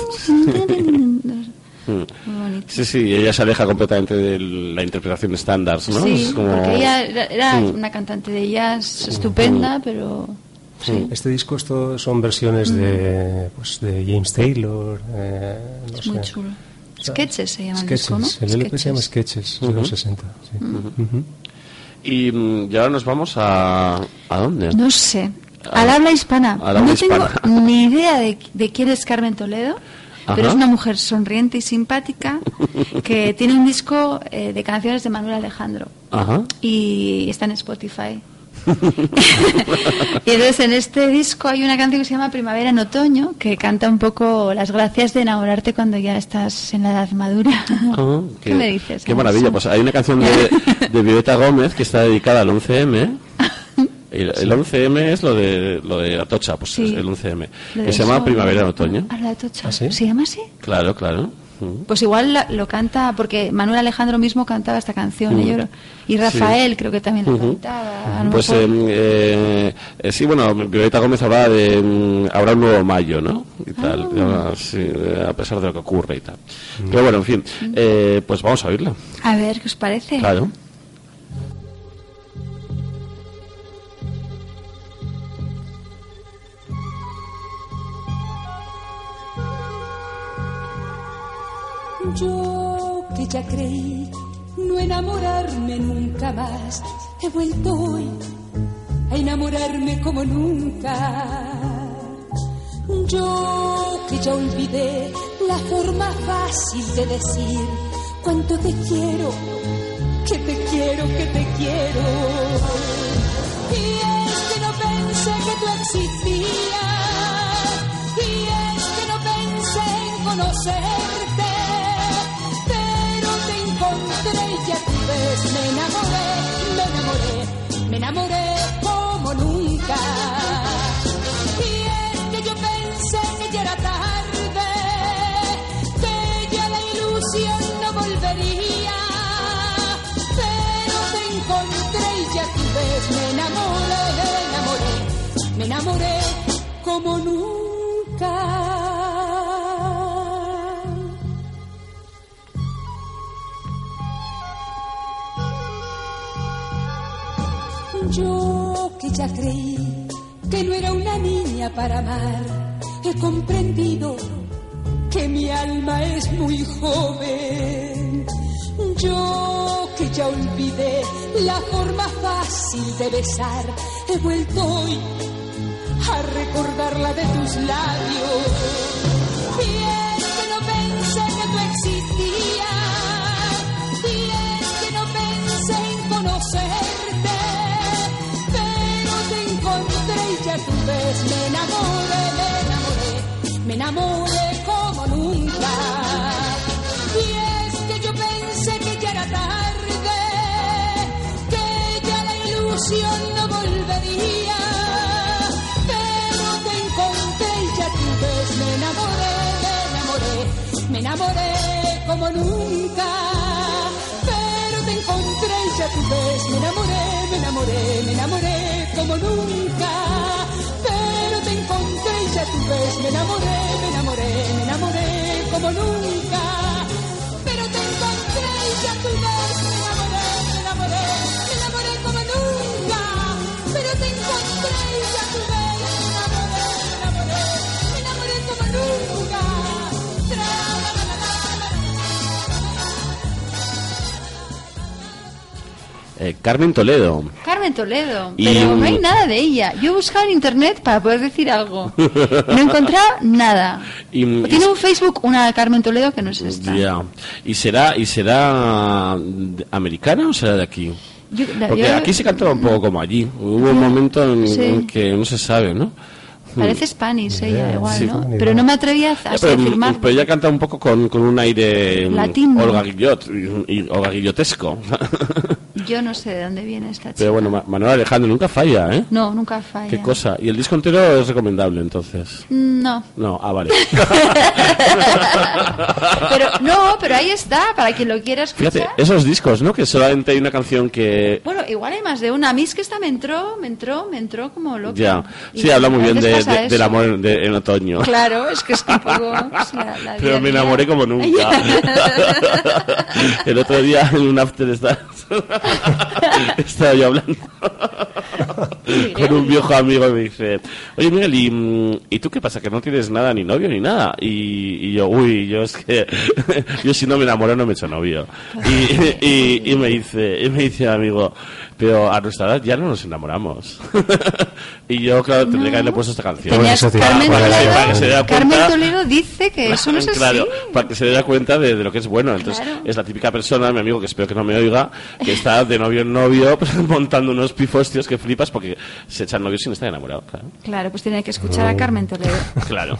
Muy bonito. Sí, sí, ella se aleja completamente de la interpretación estándar, ¿no? Sí, Es como- porque ella era una cantante de jazz estupenda, pero... Sí. Este disco son versiones de James Taylor. No Es muy sé. chulo. O sea, Sketches se llama el Sketches. disco, ¿no? El LP se llama Sketches, de los 60. Sí. Ujú. Y ahora nos vamos a ¿dónde? No sé. Al habla hispana. Al habla No hispana. tengo ni idea de quién es Carmen Toledo, Ajá. pero es una mujer sonriente y simpática que tiene un disco de canciones de Manuel Alejandro Ajá. y está en Spotify. Y entonces en este disco hay una canción que se llama Primavera en Otoño, que canta un poco las gracias de enamorarte cuando ya estás en la edad madura. Ah, ¿Qué me dices? Qué maravilla. Pues hay una canción de Violeta Gómez que está dedicada al 11M. El 11M es lo de Atocha, pues Sí. es el 11M. Lo Que de se llama eso- Primavera en Otoño. Ah, la de Atocha. ¿Ah, sí? ¿Se llama así? Claro, claro. Pues igual lo canta, porque Manuel Alejandro mismo cantaba esta canción, yo creo. Y Rafael creo que también la cantaba. A lo Pues mejor- sí, bueno, Violeta Gómez hablaba de habrá un nuevo mayo, ¿no? Y tal, sí, a pesar de lo que ocurre y tal. Pero bueno, en fin, pues vamos a oírla. A ver, ¿qué os parece? Claro. Yo que ya creí no enamorarme nunca más, he vuelto hoy a enamorarme como nunca. Yo que ya olvidé la forma fácil de decir cuánto te quiero, que te quiero, que te quiero. Y es que no pensé que tú existías, y es que no pensé en conocerte, pero te encontré y ya tú ves, me enamoré como nunca. Y es que yo pensé que ya era tarde, que ya la ilusión no volvería, pero te encontré y ya tú ves, me enamoré como nunca. Yo que ya creí que no era una niña para amar, he comprendido que mi alma es muy joven. Yo que ya olvidé la forma fácil de besar, he vuelto hoy a recordarla de tus labios. Y es que no pensé que tú existías, y es que no pensé en conocerte, pero te encontré y ya tú ves, me enamoré como nunca. Y es que yo pensé que ya era tarde, que ya la ilusión no volvería, pero te encontré y ya tú ves, me enamoré como nunca. Pero te encontré y ya tú ves, me enamoré como nunca. Pero te encontré y ya tú ves, me enamoré como nunca. Pero te encontré y ya tú ves, me enamoré como nunca. Pero te encontré y ya tú ves, me enamoré como nunca. Carmen Toledo. Carmen Carmen Toledo, Y- pero no hay nada de ella. Yo he buscado en internet para poder decir algo. No he encontrado nada. Y- Tiene un Facebook una Carmen Toledo que no es esta. Ya. ¿Y será americana o será de aquí? Porque aquí se cantaba un poco como allí. Hubo un momento en que no se sabe, ¿no? Parece Spanish ella igual, Sí. ¿no? Pero no me atrevía a afirmar. Pero ella canta un poco con un aire Latino. Olga Guillot, y Olga Guillotesco. Yo no sé de dónde viene esta chica. Pero bueno, Manuel Alejandro nunca falla, ¿eh? No, nunca falla. Qué cosa. Y el disco entero es recomendable, entonces. No. No, vale. pero ahí está, para quien lo quiera escuchar. Fíjate, esos discos, ¿no? Que solamente hay una canción que... Bueno, igual hay más de una. A mí es que esta me entró como loca. Ya. Y Sí, habla muy a bien veces pasa del eso. amor en otoño. Claro, es que un poco... pues, la Pero me día a enamoré día. como nunca. El otro día en un after estaba yo hablando con un viejo amigo y me dice, oye Miguel, ¿y tú qué pasa? Que no tienes nada, ni novio ni nada. Y yo, yo es que yo si no me enamoro no me echo novio. Y me dice el amigo, pero a nuestra edad ya no nos enamoramos. Y yo, claro, tendría que haberle puesto esta canción. Para que se dé cuenta. Carmen Toledo dice que eso no es así. Claro, para que se dé cuenta de lo que es bueno. Entonces, Claro. es la típica persona, mi amigo, que espero que no me oiga, que está de novio en novio montando unos pifostios que flipas porque se echan novios sin estar enamorado. Claro. Claro, pues tiene que escuchar a Carmen Toledo. Claro.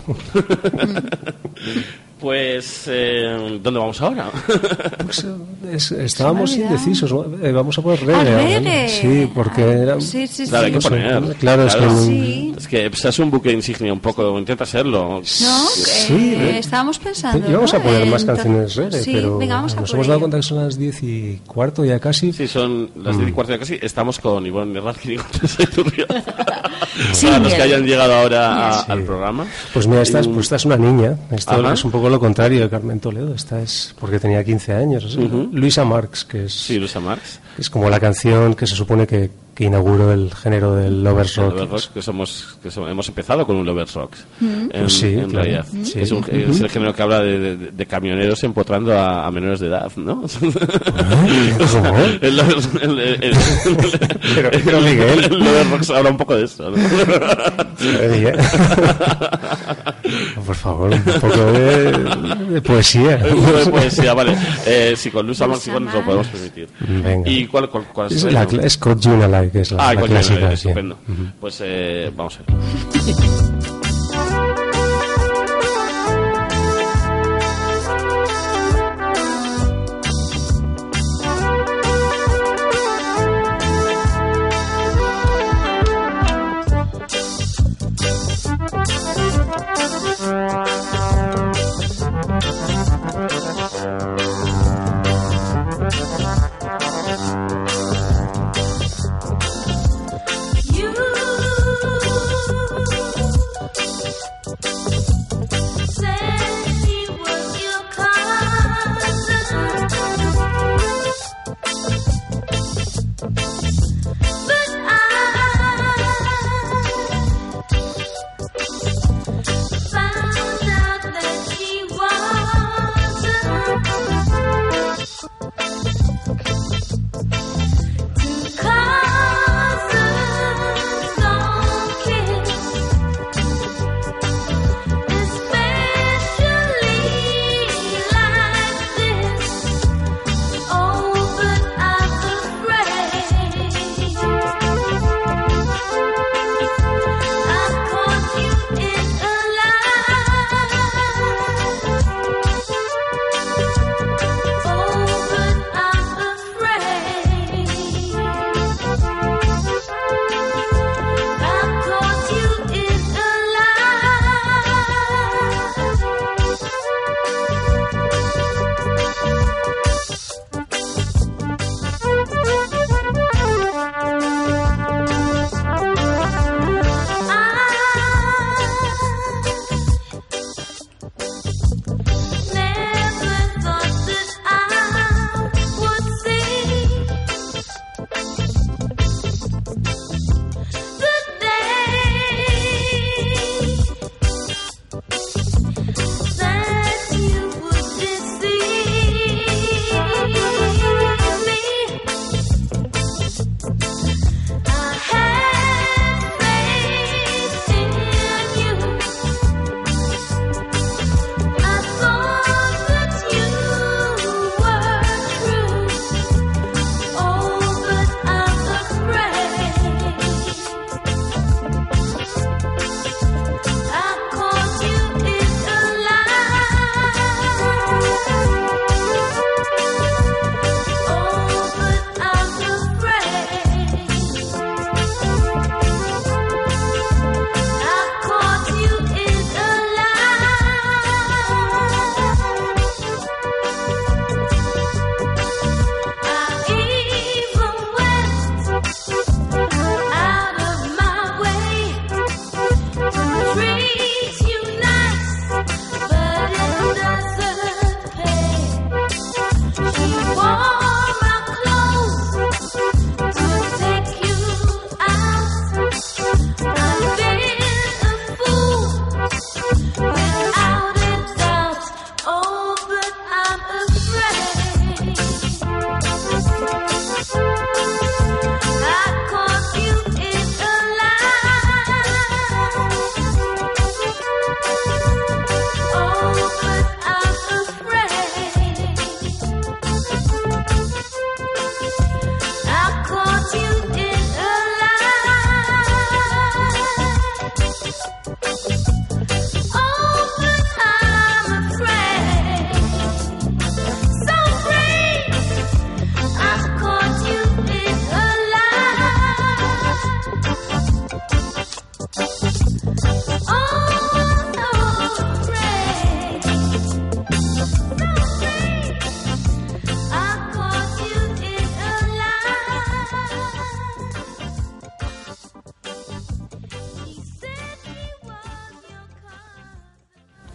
Pues, ¿dónde vamos ahora? Estábamos Se me ha olvidado. indecisos. Vamos a poner reggae. Ah, ahora, ¿no? reggae. Sí, porque era... Sí, sí, Claro, hay que no sé, poner. claro, es que no- Sí. Es que seas un buque insignia un poco, intenta serlo. ¿No? Sí, estábamos pensando. íbamos ¿no? a poner más En canciones reggae, Sí, pero venga, vamos a nos por hemos dado ello. cuenta que son las 10:15 ya casi. Sí, son las 10:15 ya casi. Estamos con Ivonne Radkin y con Teresa Iturrioz. Sí, Para los que Miguel. hayan llegado ahora al programa. Pues mira, esta es una niña. Esto Ajá. es un poco lo contrario de Carmen Toledo. Esta es porque tenía 15 años. ¿sí? Luisa Marx, que es, Sí, Luisa Marx. es como la canción que se supone que inauguró el género del lovers rock. Lovers Rock, hemos empezado con un Lovers Rock. Pues sí, en claro. realidad. Sí. Es el género que habla de camioneros empotrando a menores de edad, ¿no? ¿Cómo? Pero, Miguel. El Lovers Rock habla un poco de eso, ¿no? Por favor, un poco de poesía. Un poco de poesía, vale. Sí, con Luisa Marx igual nos lo podemos permitir. Venga. ¿Y cuál Es la Scott June Alive, que es la coño, clásica. sí. estupendo. Pues vamos a ver.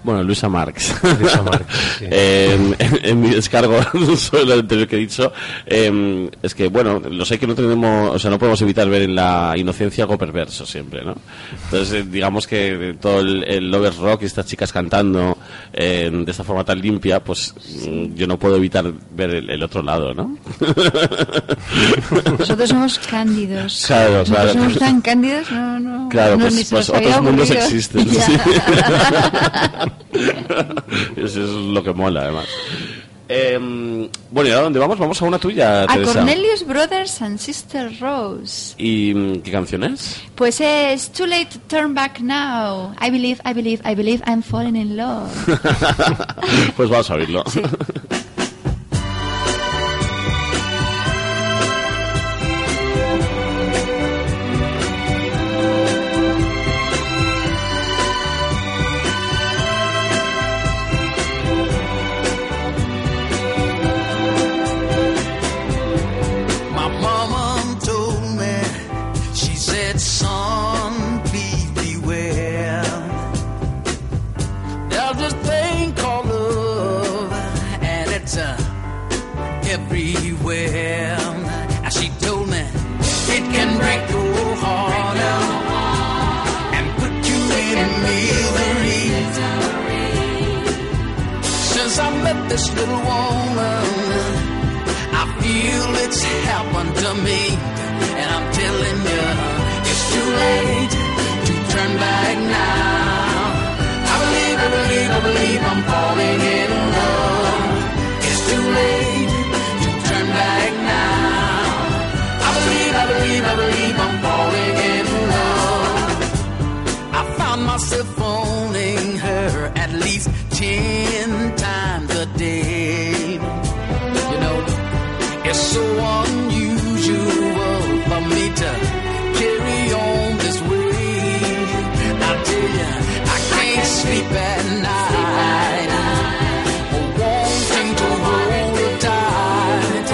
Bueno, Luisa Marx. Luisa Marx, sí. En mi descargo sobre lo anterior que he dicho, es que, bueno, lo sé que no tenemos, o sea, no podemos evitar ver en la inocencia algo perverso siempre, ¿no? Entonces, digamos que todo el lovers rock y estas chicas cantando de esta forma tan limpia, pues yo no puedo evitar ver el otro lado, ¿no? Nosotros somos cándidos. Claro, Nosotros claro. somos tan cándidos, no. Claro, no, pues, ni se nos había otros mundos ocurrido. existen. Ya. Sí. Eso es lo que mola, además. Bueno, ¿y a dónde vamos? Vamos a una tuya, A Teresa. Cornelius Brothers and Sister Rose. ¿Y qué canción es? Pues es Too Late to Turn Back Now. I believe I'm falling in love. Pues vamos a oírlo. Sí. My mama told me, she said, son, please beware. There's this thing called love, and it's everywhere. And she told me, it can break your heart out and put you in misery. Since I met this little woman, I feel it's happened to me, and I'm telling you, it's too late to turn back now. I believe I'm falling in love. It's too late to turn back now. I believe I'm falling in love. I found myself phoning her at least 10 times a day. You know, it's so unusual for me to carry on this way. I tell you, I can't sleep at night, wanting to hold her tight.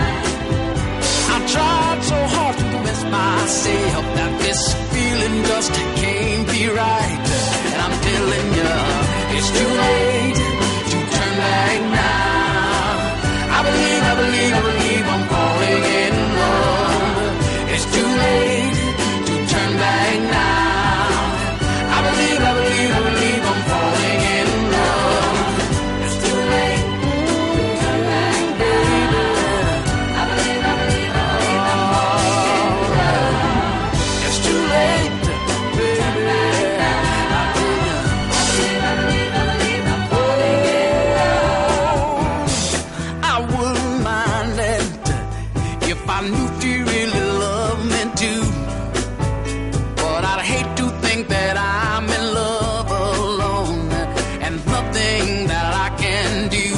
I tried so hard to convince myself that this feeling just can't be right. And I'm telling you, it's too late to turn back now. I believe I'm falling in love. It's too late to turn back now. I believe I'm falling in love. It's too late to turn back, baby. I believe alright. It's too late, baby. I believe I'm falling in love. I wouldn't mind it if I knew she really loved me too. But I'd hate to think that I'm in love alone and nothing that I can do.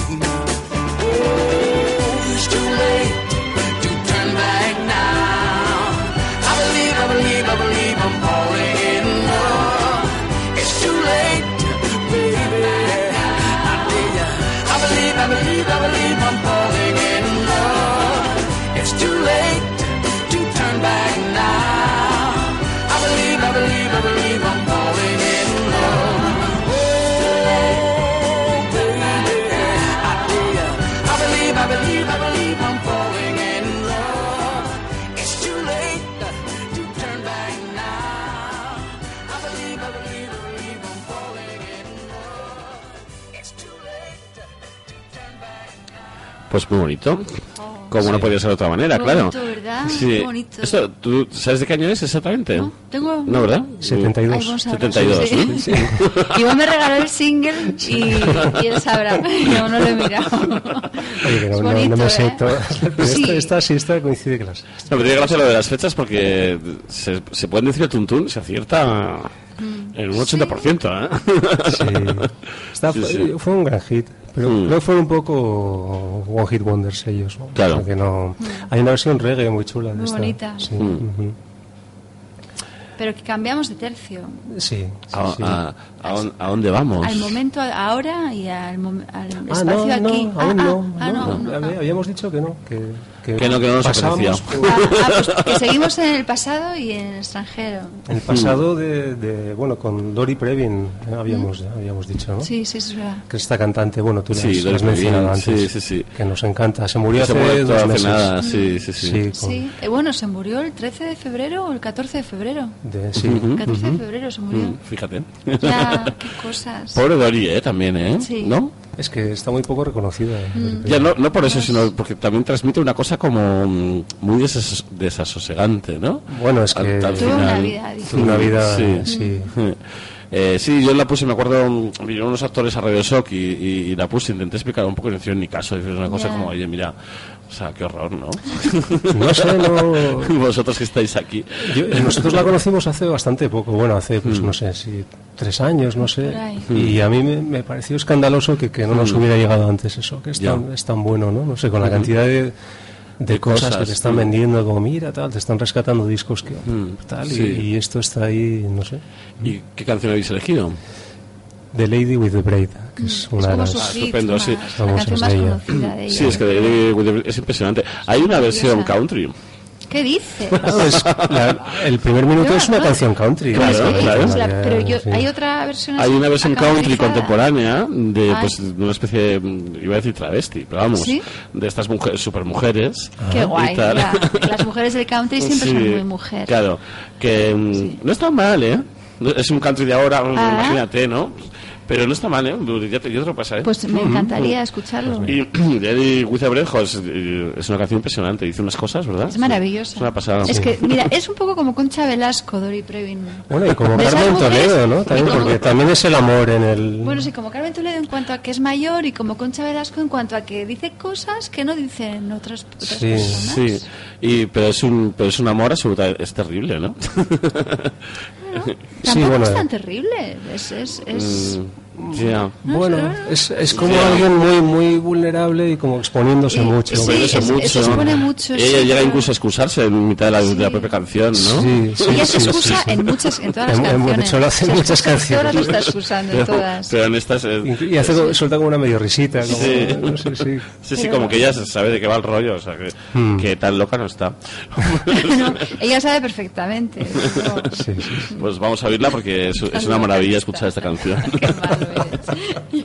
Oh, it's too late to turn back now. I believe I'm falling in love. It's too late, baby. I tell ya, I believe I'm falling in love. It's too late to turn back now. I believe I'm falling in love. Oh, baby, I tell ya, I believe I'm falling in love. It's too late to turn back now. I believe I'm falling in love. It's too late to turn back now. Pues muy bonito. Como no podía ser de otra manera, Muy claro. bonito, ¿verdad? Sí. Muy bonito. Esto, ¿tú sabes de qué año es exactamente? No, tengo... No, ¿verdad? 72. Ay, vos sabrás, 72, sí. ¿no? Sí. Iván me regaló el single y él sabrá. Yo no lo he mirado. Oye, que Es no bonito, me sé ¿eh? todas. Pero Sí. esta coincide que las... No, pero tiene gracia lo de las fechas porque se pueden decir el tuntún, se acierta en un 80%, ¿eh? Sí. Fue un gran hit, pero creo que fueron un poco one hit wonders ellos, ¿no? Claro. Porque no... Hay una versión reggae muy chula de Muy esta. bonita. Sí. Mm. Pero que cambiamos de tercio. Sí. ¿A dónde vamos? Al momento, ahora y al espacio no, aquí. aún no. no. Habíamos dicho que no, que Que no nos apetecía. Pues que seguimos en el pasado y en el extranjero. En el pasado bueno, con Dori Previn habíamos dicho, ¿no? Sí, es verdad. Que esta cantante, bueno, tú sí, la has mencionado antes, sí. que nos encanta. Se murió hace 2 meses. Nada, sí. Bueno, se murió el 13 de febrero o el 14 de febrero. El 14 de febrero se murió. Fíjate. Ya, qué cosas. Pobre Dori, también, Sí. ¿no? Es que está muy poco reconocida. Ya no por eso, sino porque también transmite una cosa como muy desasosegante, ¿no? Bueno, es que tuvo una vida difícil. Una vida, sí. Sí, yo la puse, me acuerdo, vinieron unos actores a Radio Shock y la puse, intenté explicar un poco y no hicieron ni caso. Es una cosa como, oye, mira, o sea, qué horror, ¿no? No sé, no... Vosotros que estáis aquí. Nosotros la conocimos hace bastante poco, bueno, hace, pues no sé, 3 años, no sé. Y a mí me pareció escandaloso que no nos hubiera llegado antes eso, que es tan bueno, ¿no? No sé, con la cantidad de cosas que te están vendiendo, como mira, tal, te están rescatando discos que tal, y esto está ahí, no sé. ¿Y qué canción habéis elegido? The Lady with the Braid, que es una de las estupendo, sí. famosas de ella. Sí, es que The Lady with the Braid es impresionante. Hay una versión country. ¿Qué dices? El primer minuto es una canción country. Claro. Pero hay otra versión. Hay una versión country contemporánea de una especie de, iba a decir travesti, pero vamos, de estas supermujeres. Qué guay. Las mujeres del country siempre son muy mujeres. Claro, que no está mal, ¿eh? Es un country de ahora, imagínate, ¿no? Pero no está mal, ¿eh? Ya te lo pasa, ¿eh? Pues me encantaría escucharlo. Y Eddie with the Breath es una canción impresionante. Dice unas cosas, ¿verdad? Es maravillosa. Es una pasada. Es que, mira, es un poco como Concha Velasco, Dori Previn. Bueno, y como Carmen Toledo, ¿no? También, porque también es el amor en el... Bueno, sí, como Carmen Toledo en cuanto a que es mayor y como Concha Velasco en cuanto a que dice cosas que no dicen otras personas. Sí, pero es un amor absoluto, es terrible, ¿no? Tampoco es tan terrible. Bueno, es como alguien muy muy vulnerable y como exponiéndose mucho. Se expone mucho. Ella llega incluso a excusarse en mitad de la propia canción, ¿no? Ella se excusa en todas las canciones. De hecho, lo hace en muchas canciones. Ahora lo está excusando en todas. Pero en estas... Y suelta como una medio risita. Como, sí, como que ella sabe de qué va el rollo, o sea, que tan loca no está. Ella sabe perfectamente. Pues vamos a oírla porque es una maravilla escuchar esta canción. Qué malo eres.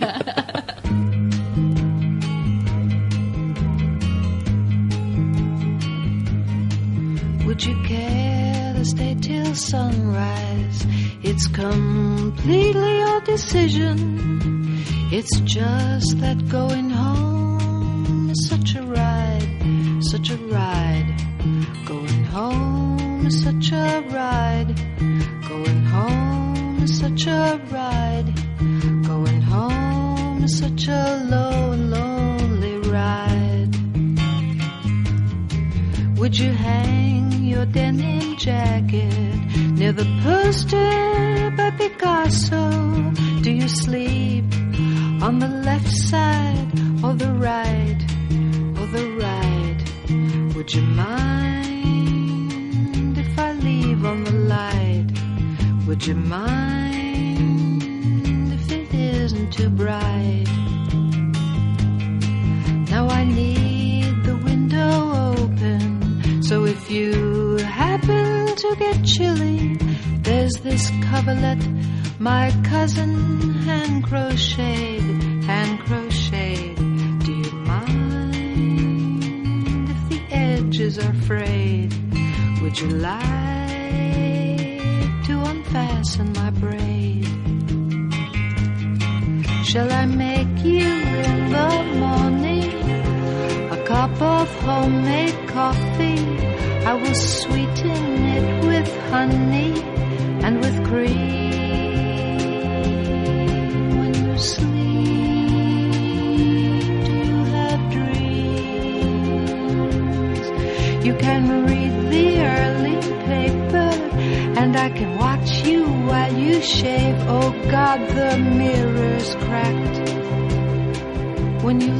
Would you care to stay till sunrise? It's completely your decision. It's just that going home is such a ride, such a ride. Going home is such a ride. Going home is such a ride. Going home is such a lonely ride. Would you hang your denim jacket near the poster by Picasso? Do you sleep on the left side or the right, or the right? Would you mind if I leave on the light? Would you mind if it isn't too bright? Now I need the window open, so if you happen to get chilly, there's this coverlet my cousin hand crocheted. Do you mind if the edges are frayed? Would you like to unfasten my braid? Shall I make you in the morning a cup of homemade coffee? I will sweeten it with honey and with cream. When you sleep, do you have dreams? You can read the early paper, and I can watch you while you shave. Oh God, the mirror's cracked. When you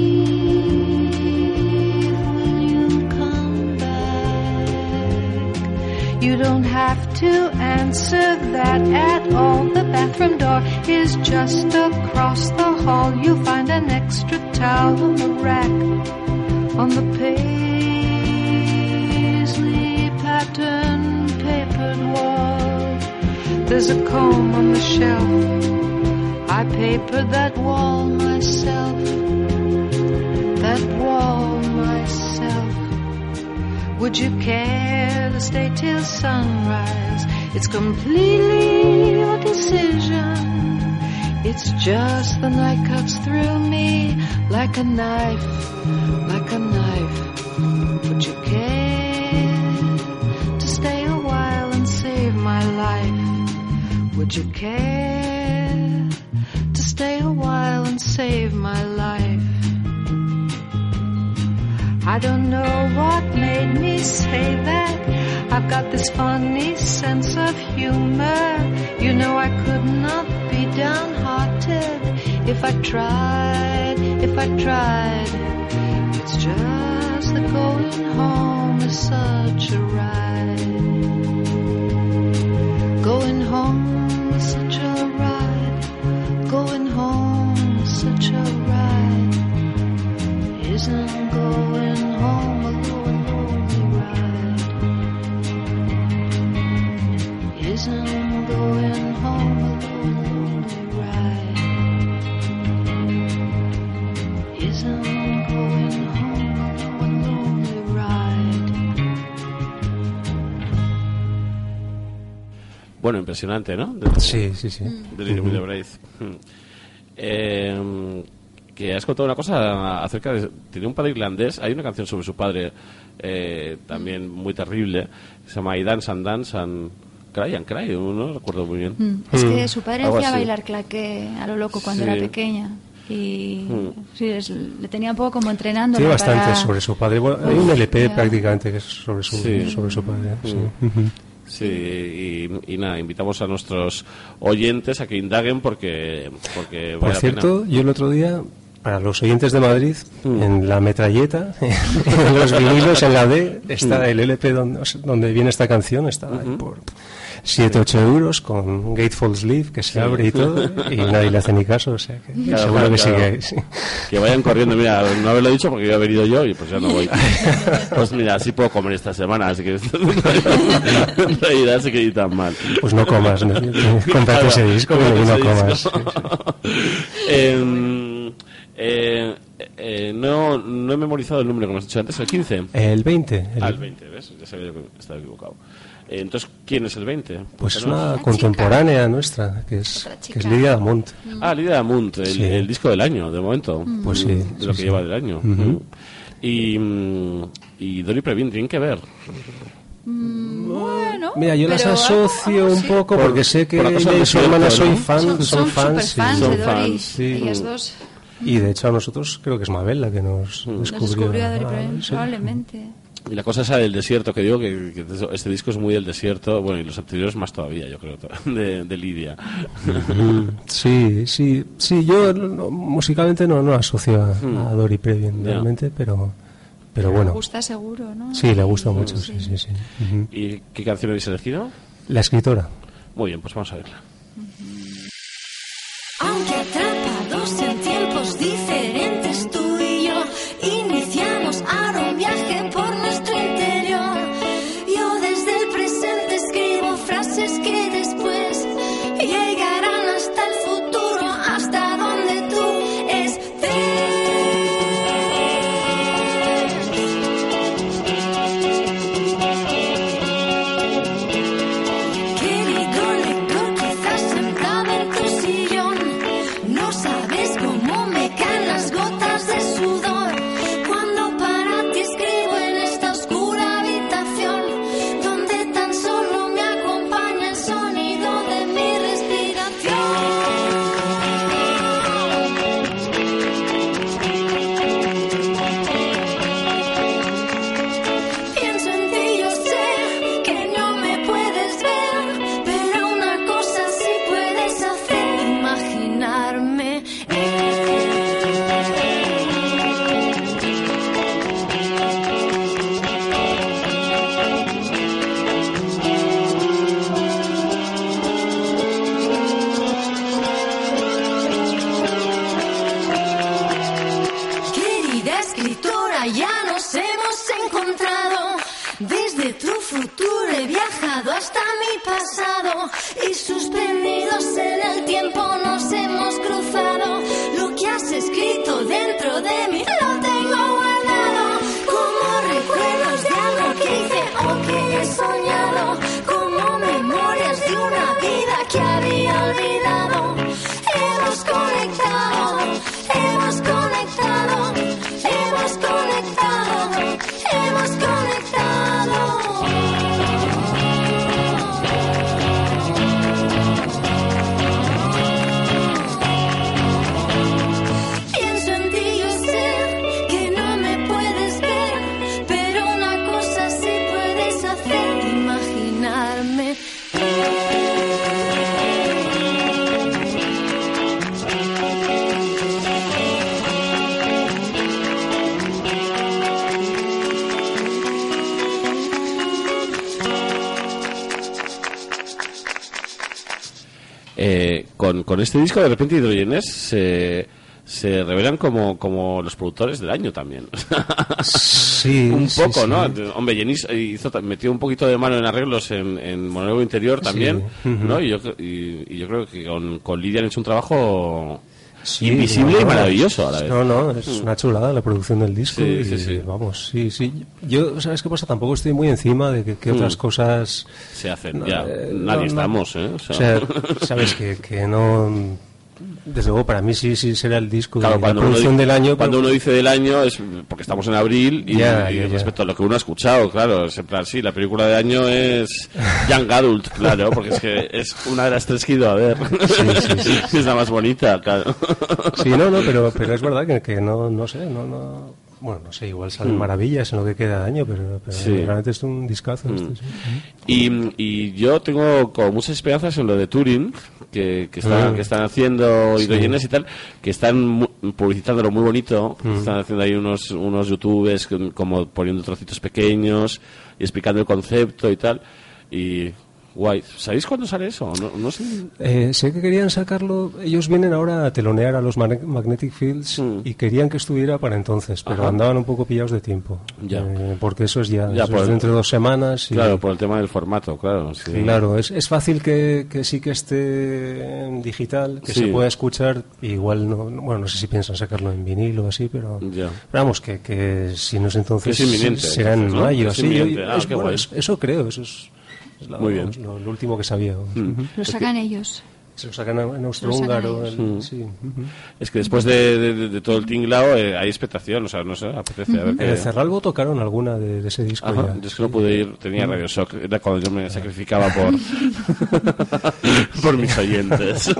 leave, will you come back? You don't have to answer that at all. The bathroom door is just across the hall. You'll find an extra towel on the rack. On the paisley pattern papered wall, there's a comb on the shelf. I papered that wall myself. That wall myself. Would you care to stay till sunrise? It's completely your decision. It's just the night cuts through me like a knife, like a knife. Would you care to stay a while and save my life? Would you care to stay a while and save my life? I don't know what made me say that. I've got this funny sense of humor. You know I could not be downhearted if I tried, if I tried. It's just that going home is such a ride. Going home is such a ride. Going home is such a ride. Isn't going home a lonely ride? Isn't going home a lonely ride? Isn't going home a lonely ride? Bueno, impresionante, ¿no? Sí, sí, sí. De Little Willie Braith. Que has contado una cosa acerca de... Tiene un padre irlandés. Hay una canción sobre su padre también muy terrible. Se llama I Dance and Dance and Cry and Cry. No recuerdo muy bien. Es que su padre Algo hacía así. bailar claqué a lo loco cuando Sí. era pequeña. Y sí, le tenía un poco como entrenando. Tiene bastante para... sobre su padre. Bueno, hay un LP Ya. prácticamente que es sobre su, Sí. sobre su padre. Sí. Sí, y nada, invitamos a nuestros oyentes a que indaguen porque Por vale la cierto, pena. yo el otro día, para los oyentes de Madrid, en la metralleta, en los vinilos, en la D, está el LP donde viene esta canción, estaba ahí por 7-8 euros con Gatefold Sleeve, que se abre y todo, y nadie le hace ni caso, o sea que Claro, seguro claro, que claro. sigue ahí. Sí. Que vayan corriendo, mira, no haberlo dicho porque yo he venido yo y pues ya no voy. Pues mira, así puedo comer esta semana, así que en realidad sí que ni tan mal. Pues no comas, ¿no? Cómprate ese disco y Cómprate no ese comas. disco. No he memorizado el número que me has dicho antes, el 15. El 20. El 20, ¿ves? Ya sabía que estaba equivocado. Entonces, ¿quién es el 20? Pues es Cuéntanos. una contemporánea nuestra, que es Lidia Damont. Ah, Lidia Damont, Sí. el disco del año, de momento. Pues sí, De lo sí, que sí. lleva del año. Ujú. Y Dori Previn, tienen que ver. Bueno, Mira, yo las pero asocio algo un sí. poco Por- porque sé que por la cosa ella y del su hermana desierto, son ¿no? fans, Son fans, superfans Son de Dori, fans, sí. ellas dos. Y de hecho a nosotros creo que es Mabel la que nos Nos descubrió. descubrió a Dori Ah, Previn, sí. probablemente. Y la cosa esa del desierto, que digo que este disco es muy del desierto, bueno, y los anteriores más todavía, yo creo, de Lidia. Sí, sí, sí, yo musicalmente no asocio a Dori Previn Ya. realmente, pero Le bueno. gusta seguro, ¿no? Sí, le gusta mucho, sí, sí, sí. Ujú. ¿Y qué canción habéis elegido? La escritora. Muy bien, pues vamos a verla. Aunque atrapados en tiempos diferentes, tú y yo iniciamos ahora un viaje por nuestro interior. Yo desde el presente escribo frases que después llegarán hasta el futuro, hasta donde tú estés. ¿Qué digo? Quizás mi pasado y suspendidos en el tiempo nos hemos cruzado. Lo que has escrito dentro de mí lo tengo guardado como recuerdos de algo que hice o que he soñado, como memorias de una vida que había olvidado. Hemos conectado, hemos conectado, hemos conectado, hemos conectado. Pienso en ti, yo sé que no me puedes ver, pero una cosa sí puedes hacer, imaginarme. Con este disco de repente Hidrogenes se revelan como los productores del año también. Sí, un sí, poco, sí. ¿no? Hombre, Jenis metió un poquito de mano en arreglos en Monólogo Interior también, Sí. ¿no? Y yo creo que con Lidia han hecho un trabajo Sí, invisible no, y maravilloso a la vez. No, es una chulada la producción del disco. Sí, y, sí, sí. Vamos, sí. Yo, ¿sabes qué pasa? Tampoco estoy muy encima de que otras cosas se hacen, no, ya. Nadie estamos, ¿eh? O sea, sabes que no... Desde luego, para mí sí será el disco Claro, de la producción del año. Cuando uno dice del año es porque estamos en abril y, Ya. respecto a lo que uno ha escuchado, claro, es en plan, sí, la película de año es Young Adult, claro, porque es que es una de las tres que he ido a ver. Sí. Es la más bonita, claro. Sí, pero es verdad que no sé, no... Bueno, no sé, igual salen maravillas en lo que queda de año, pero Sí. realmente es un discazo. Este, sí. Y yo tengo como muchas esperanzas en lo de Turing, que están haciendo Hidrogenes y tal, que están publicitándolo muy bonito, están haciendo ahí unos youtubers como poniendo trocitos pequeños y explicando el concepto y tal, y guay. ¿Sabéis cuándo sale eso? No sé. Sé que querían sacarlo, ellos vienen ahora a telonear a los Magnetic Fields y querían que estuviera para entonces, pero Ajá. andaban un poco pillados de tiempo. Ya. Porque eso es eso por es dentro de 2 semanas. Y, claro, por el tema del formato, claro. Sí. Claro, es fácil que sí que esté en digital, que Sí. se pueda escuchar, igual no sé si piensan sacarlo en vinilo o así, pero vamos, que si no es entonces Que es inminente, será en entonces, ¿no? mayo. Es Sí, inminente. Qué bueno, guay. eso creo, eso es Muy bien. lo último que sabía. Lo sacan ellos. Se lo sacan en austrohúngaro. Sí. Es que después de todo el tinglao hay expectación, o sea, no sé, apetece a ver En qué... el Cerralbo tocaron alguna de ese disco. Ajá, ya. yo es que no pude ir, tenía Radio Shock, era cuando yo me sacrificaba por mis oyentes.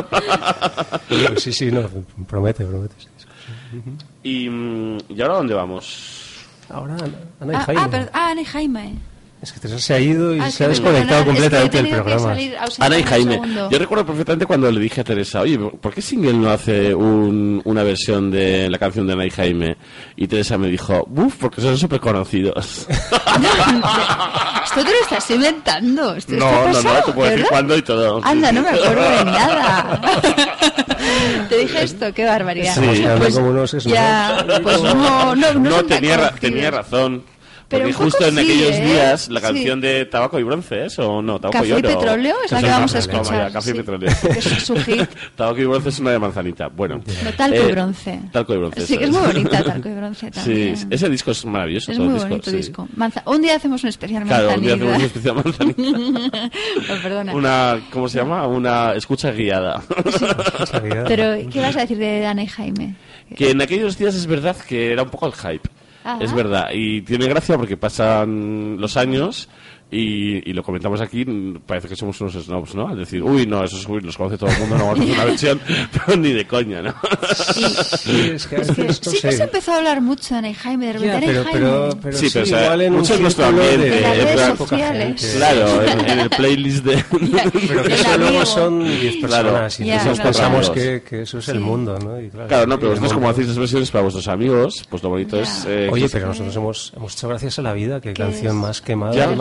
Sí, no, promete. ¿Y ahora dónde vamos? Ahora Ana y Jaime. Ana y Jaime. Es que Teresa se ha ido y Ah, se ha sí, desconectado perdona, completamente es del que he tenido que programa. salir ausente Ana y un Jaime. segundo. Yo recuerdo perfectamente cuando le dije a Teresa, oye, ¿por qué Single no hace una versión de la canción de Ana y Jaime? Y Teresa me dijo, porque son súper conocidos. Esto te lo estás inventando. Esto No, está pasado, te puedo decir ¿verdad? cuándo y todo. Anda, no me acuerdo de nada. Te dije esto, qué barbaridad. Estamos quedando Pues como unos snobs. ya, pues no son tan tenía conocidos. razón. Pero Porque un poco justo en sí, aquellos ¿eh? días, la Sí. canción de Tabaco y Bronce, ¿es? ¿O no? Tabaco Café y Oro. Petróleo es la que vamos a escuchar, Toma ya, Café y sí. Petróleo. Que es su hit. Tabaco y Bronce es una de manzanita. Bueno. No, Talco y Bronce. Talco y Bronce. Sí, que es muy bonita, Talco y Bronce también. Sí, ese disco es maravilloso. Es todo muy el disco, bonito sí. disco. Un día hacemos un especial Claro, un día manzanita. hacemos un especial manzanita. Oh, perdona. Una, ¿cómo se llama? Una escucha guiada. Pero, ¿qué vas a decir de Ana y Jaime? Que en aquellos días es verdad que era un poco el hype. Ajá. Es verdad. Y tiene gracia porque pasan los años y lo comentamos aquí, parece que somos unos snobs, ¿no? Al decir, esos los conoce todo el mundo, no vamos a hacer una versión, pero ni de coña, ¿no? Sí, es que a veces, no Sí que sé. se empezó a hablar mucho de Ana y Jaime, de repente Ya, Ana y Jaime. pero Sí, pero o sea, igual en mucho un es nuestro círculo ambiente. En las en redes plan, sociales. Claro, en el playlist de... Pero que El eso amigo. luego son 10 personas y Ya, nosotros claro. pensamos Claro. que eso es el mundo, ¿no? Y Claro, no, pero y el vosotros como mundo- hacéis las versiones para vuestros amigos, pues lo bonito Ya. es... Oye, que- pero nosotros hemos hecho gracias a la vida, que ¿Qué canción es? más quemada Ya, y más ya, conocida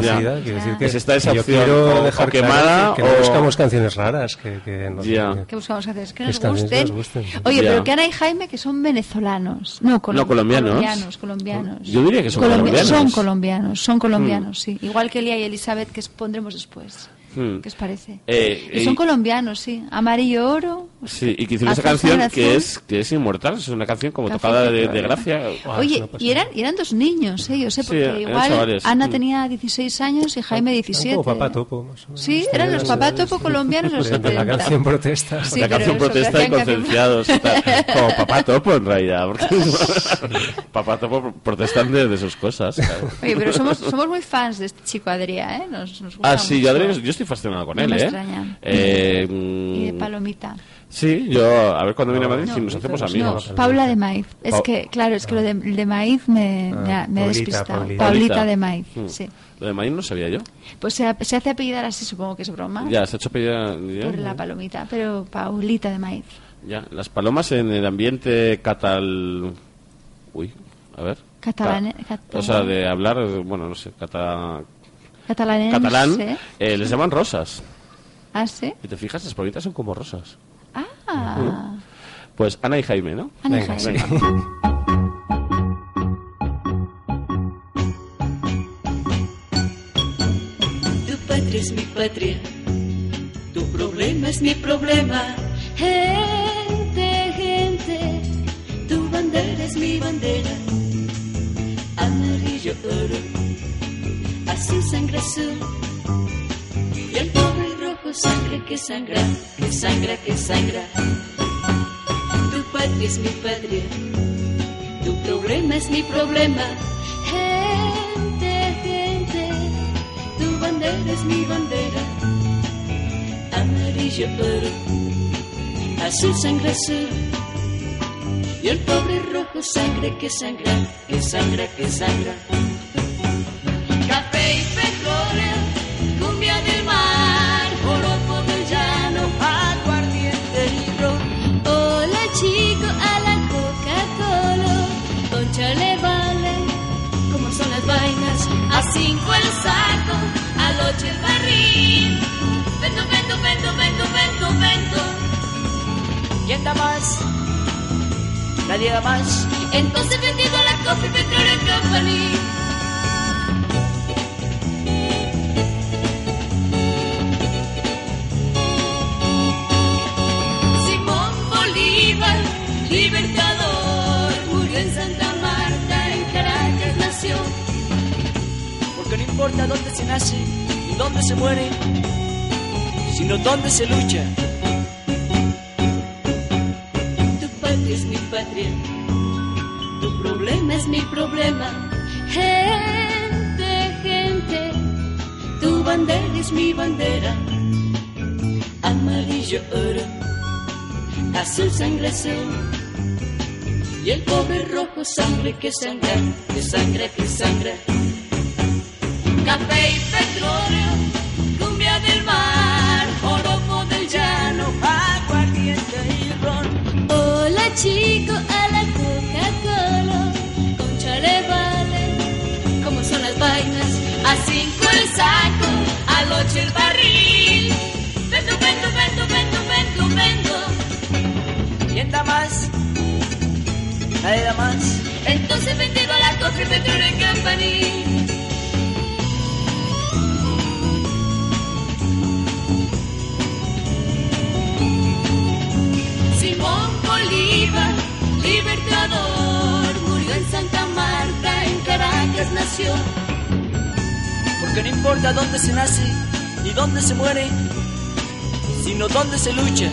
parecida. Quiero decir que pues está esa yo opción, quiero o dejar quemada, claro que no o- buscamos canciones raras, que no Ya. Que buscamos canciones que Que nos canciones gusten. nos gusten. Oye, Ya. pero que Ana y Jaime, que son venezolanos. No, colombianos. colombianos. Yo diría que son colombianos. Son colombianos, sí. Igual que Elia y Elizabeth, que pondremos después. ¿Qué os parece? Que son colombianos, sí. Amarillo oro. Sí, y que hicieron esa azul, canción sangre azul. que es inmortal, es una canción como Café tocada Petróleo. de gracia. Oye, y eran dos niños, yo sé, Sí, porque eran igual chavales. Ana tenía 16 años y Jaime 17. Como Papá Topo, más o menos. Sí, eran los Papá Topo colombianos de los De 70. la canción protesta. Sí, la pero canción eso, que protesta y hacían canción- concienciados. tal. Como Papá Topo, en realidad. Porque Papá Topo protestan de sus cosas. Claro. Oye, pero somos muy fans de este chico Adrià, ¿eh? Nos gusta Ah, sí, yo, mucho. yo estoy fascinado con No él, me ¿eh? extraña. Eh, Y de Palomita. Sí, yo, a ver cuando viene a Madrid No, si nos hacemos no, amigos. Paula de Maíz. Es Pa- que, claro, es que lo de Maíz me ha despistado. Paulita de Maíz, sí. Lo de Maíz no sabía yo. Pues se hace apellidar así, supongo que es broma. Ya, se ha hecho pedir. Por la palomita, pero Paulita de Maíz. Ya, las palomas en el ambiente Uy, a ver. Catalán. O sea, de hablar, bueno, no sé, catalán, Catalán. les llaman rosas. Ah, sí. Y te fijas, las palomitas son como rosas. Ah. Pues Ana y Jaime, ¿no? Ana y Venga, Jaime. venga. Tu patria es mi patria, tu problema es mi problema. Gente, gente, tu bandera es mi bandera. Amarillo oro, azul sangre azul. Y el pobre rojo sangre que sangra, que sangra, que sangra. Tu patria es mi patria, tu problema es mi problema. Gente, gente, tu bandera es mi bandera. Amarillo oro, azul sangre azul. Y el pobre rojo sangre que sangra, que sangra, que sangra. Café y petróleo, cumbia del mar, joropo del llano, aguardiente y ron. Hola chico, a la Coca-Cola, concha le vale, como son las vainas. A 5 el saco, al 8 el barril. Vento, vento, vento, vento, vento, vento. ¿Quién da más? Nadie da más. Entonces vendido a la Coffee Petroleum Company. Simón Bolívar, libertador, murió en Santa Marta, en Caracas nació. Porque no importa dónde se nace y dónde se muere, sino dónde se lucha. Tu patria es mi patria, tu problema es mi problema. Gente, gente, tu bandera es mi bandera. Amarillo oro, azul sangre azul. Y el pobre rojo sangre que sangra, que sangra, que sangra. Café y petróleo, cumbia del mar, joropo del llano, aguardiente y ron. Hola chico, a la Coca-Cola, concha le vale, como son las vainas. A 5 el saco, al 8 el barril. Vento, vento, vento, vento, vento, vento. ¿Quién da más? Nadie da más. Entonces vendido a la Coffee Petroleum Company. Simón Bolívar, libertador, murió en Santa Marta, en Caracas nació. Porque no importa dónde se nace ni dónde se muere, sino dónde se lucha.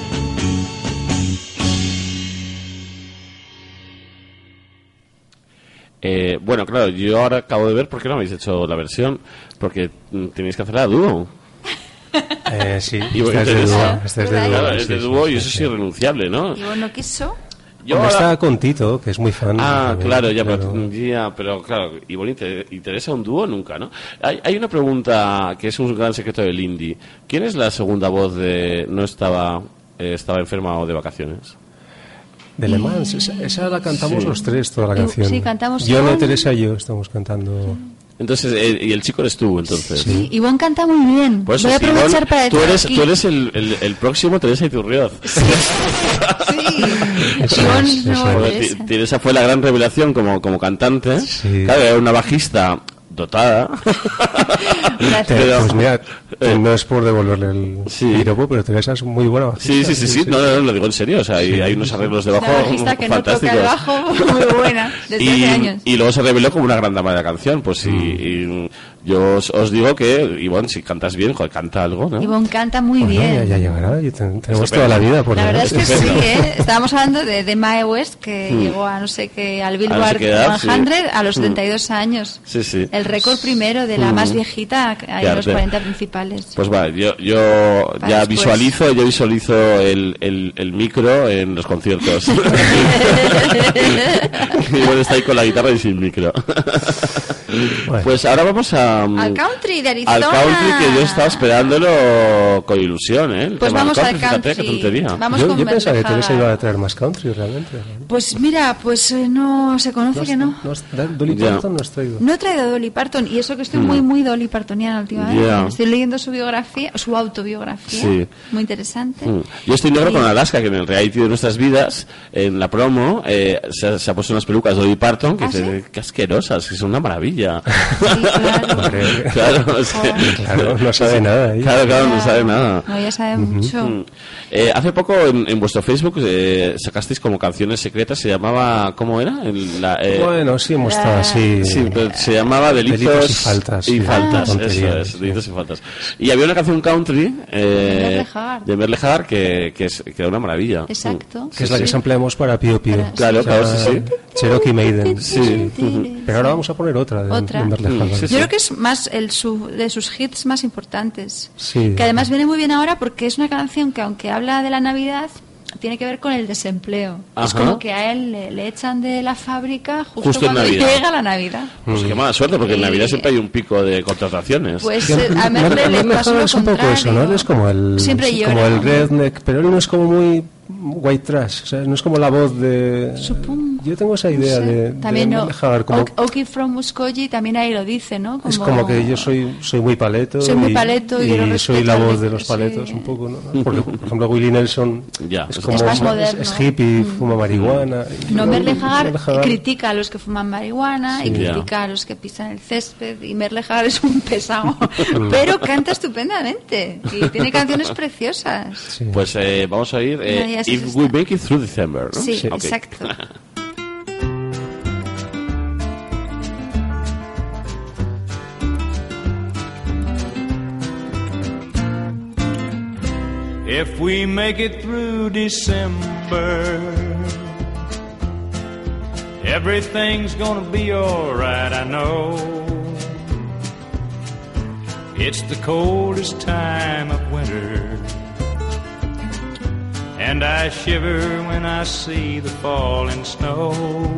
Bueno, claro, yo ahora acabo de ver por qué no habéis hecho la versión, porque tenéis que hacerla a dúo. Sí, Y esta es de dúo, esta es de dúo, Claro, es sí, de sí, dúo y sí, eso es sí. irrenunciable, ¿no? ¿Y vos no quiso? Yo Hombre, ahora- está con Tito, que es muy fan. Ah, también, claro, ya, claro. pero claro, y bueno, ¿interesa un dúo? Nunca, ¿no? Hay una pregunta que es un gran secreto del indie. ¿Quién es la segunda voz de No estaba enferma o de vacaciones? De Le Mans, esa la cantamos Sí. los tres, toda la Sí, canción. cantamos Yo, con- Teresa y yo estamos cantando. Entonces, y el chico eres tú, entonces. Sí, Ivonne canta muy bien. Por eso, voy a aprovechar Ivonne, para tú decir eres, aquí. tú eres el próximo Teresa Iturrioz. Teresa fue la gran revelación como cantante. Claro, era una bajista dotada. Pero, pues mira, no es por devolverle el piropo, pero Teresa es muy buena bajista. Sí. No, lo digo en serio. O sea, hay unos arreglos de bajo Una bajista que fantásticos. no toca el bajo, muy buena, desde hace años. Y luego se reveló como una gran dama de la canción. Pues y yo os digo que, Ivonne, si cantas bien, joder, canta algo, ¿no? Ivonne canta muy bien. Ya llegará, tenemos toda la vida por La verdad es que delante. sí, ¿eh? Estábamos hablando de Mae West, que llegó a no sé qué, al Billboard 100 a los 72 años. Sí. El récord primero de la más viejita ahí en los 40 principales. Pues va, yo ya visualizo el micro en los conciertos. Y bueno, está ahí con la guitarra y sin micro. Bueno. Pues ahora vamos al country de Arizona. Al country, que yo estaba esperándolo con ilusión, ¿eh? Pues vamos al country. Fíjate, qué tontería. Vamos yo pensaba que Teresa iba a traer más country, realmente. Pues mira, no se conoce que no. Dolly Parton no has traído. No he traído a Dolly Parton, y eso que estoy muy Dolly Partoniana últimamente. Estoy leyendo su biografía, su autobiografía, muy interesante. Yo estoy negro con Alaska, que en el reality de nuestras vidas, en la promo, se ha puesto unas pelucas de Dolly Parton, que que asquerosas, que son una maravilla. Sí, claro. Claro, no sabe nada. Claro, no sabe nada. No, ya sabe mucho. Hace poco en vuestro Facebook sacasteis como canciones secretas, se llamaba, ¿cómo era? Bueno, sí, hemos estado así. Sí, pero se llamaba Delitos y Faltas. Y Faltas, eso es, Delitos y Faltas. Y había una canción country de Merle Haggard que era una maravilla. Exacto. Que es la que sampleamos para Pío Pío. Claro, sí. Cherokee Maiden. Sí. Pero ahora vamos a poner otra de Merle Haggard. Yo creo que es más de sus hits más importantes. Sí. Que además viene muy bien ahora porque es una canción que, aunque habla de la Navidad, tiene que ver con el desempleo. Es como que a él le echan de la fábrica justo cuando llega la Navidad. Pues qué mala suerte, porque en Navidad siempre hay un pico de contrataciones. Pues a Merle le pasó lo es un poco eso, ¿no? Él es como el redneck, pero él no es como muy white trash, o sea, no es como la voz de... Supongo. Yo tengo esa idea de también Merle Haggard, como... Okie from Muskogee también ahí lo dice, ¿no? Es como que yo soy muy paleto. Soy muy paleto y soy la voz de los paletos un poco, ¿no? Porque, por ejemplo, Willie Nelson es como más moderno. Es hippie, fuma marihuana. No, Merle Haggard critica a los que fuman marihuana y critica a los que pisan el césped, y Merle Haggard es un pesado, pero canta estupendamente y tiene canciones preciosas. Sí. Pues vamos a oír If We Make It Through December, ¿no? Sí, exacto. If we make it through December, everything's gonna be alright, I know. It's the coldest time of winter, and I shiver when I see the falling snow.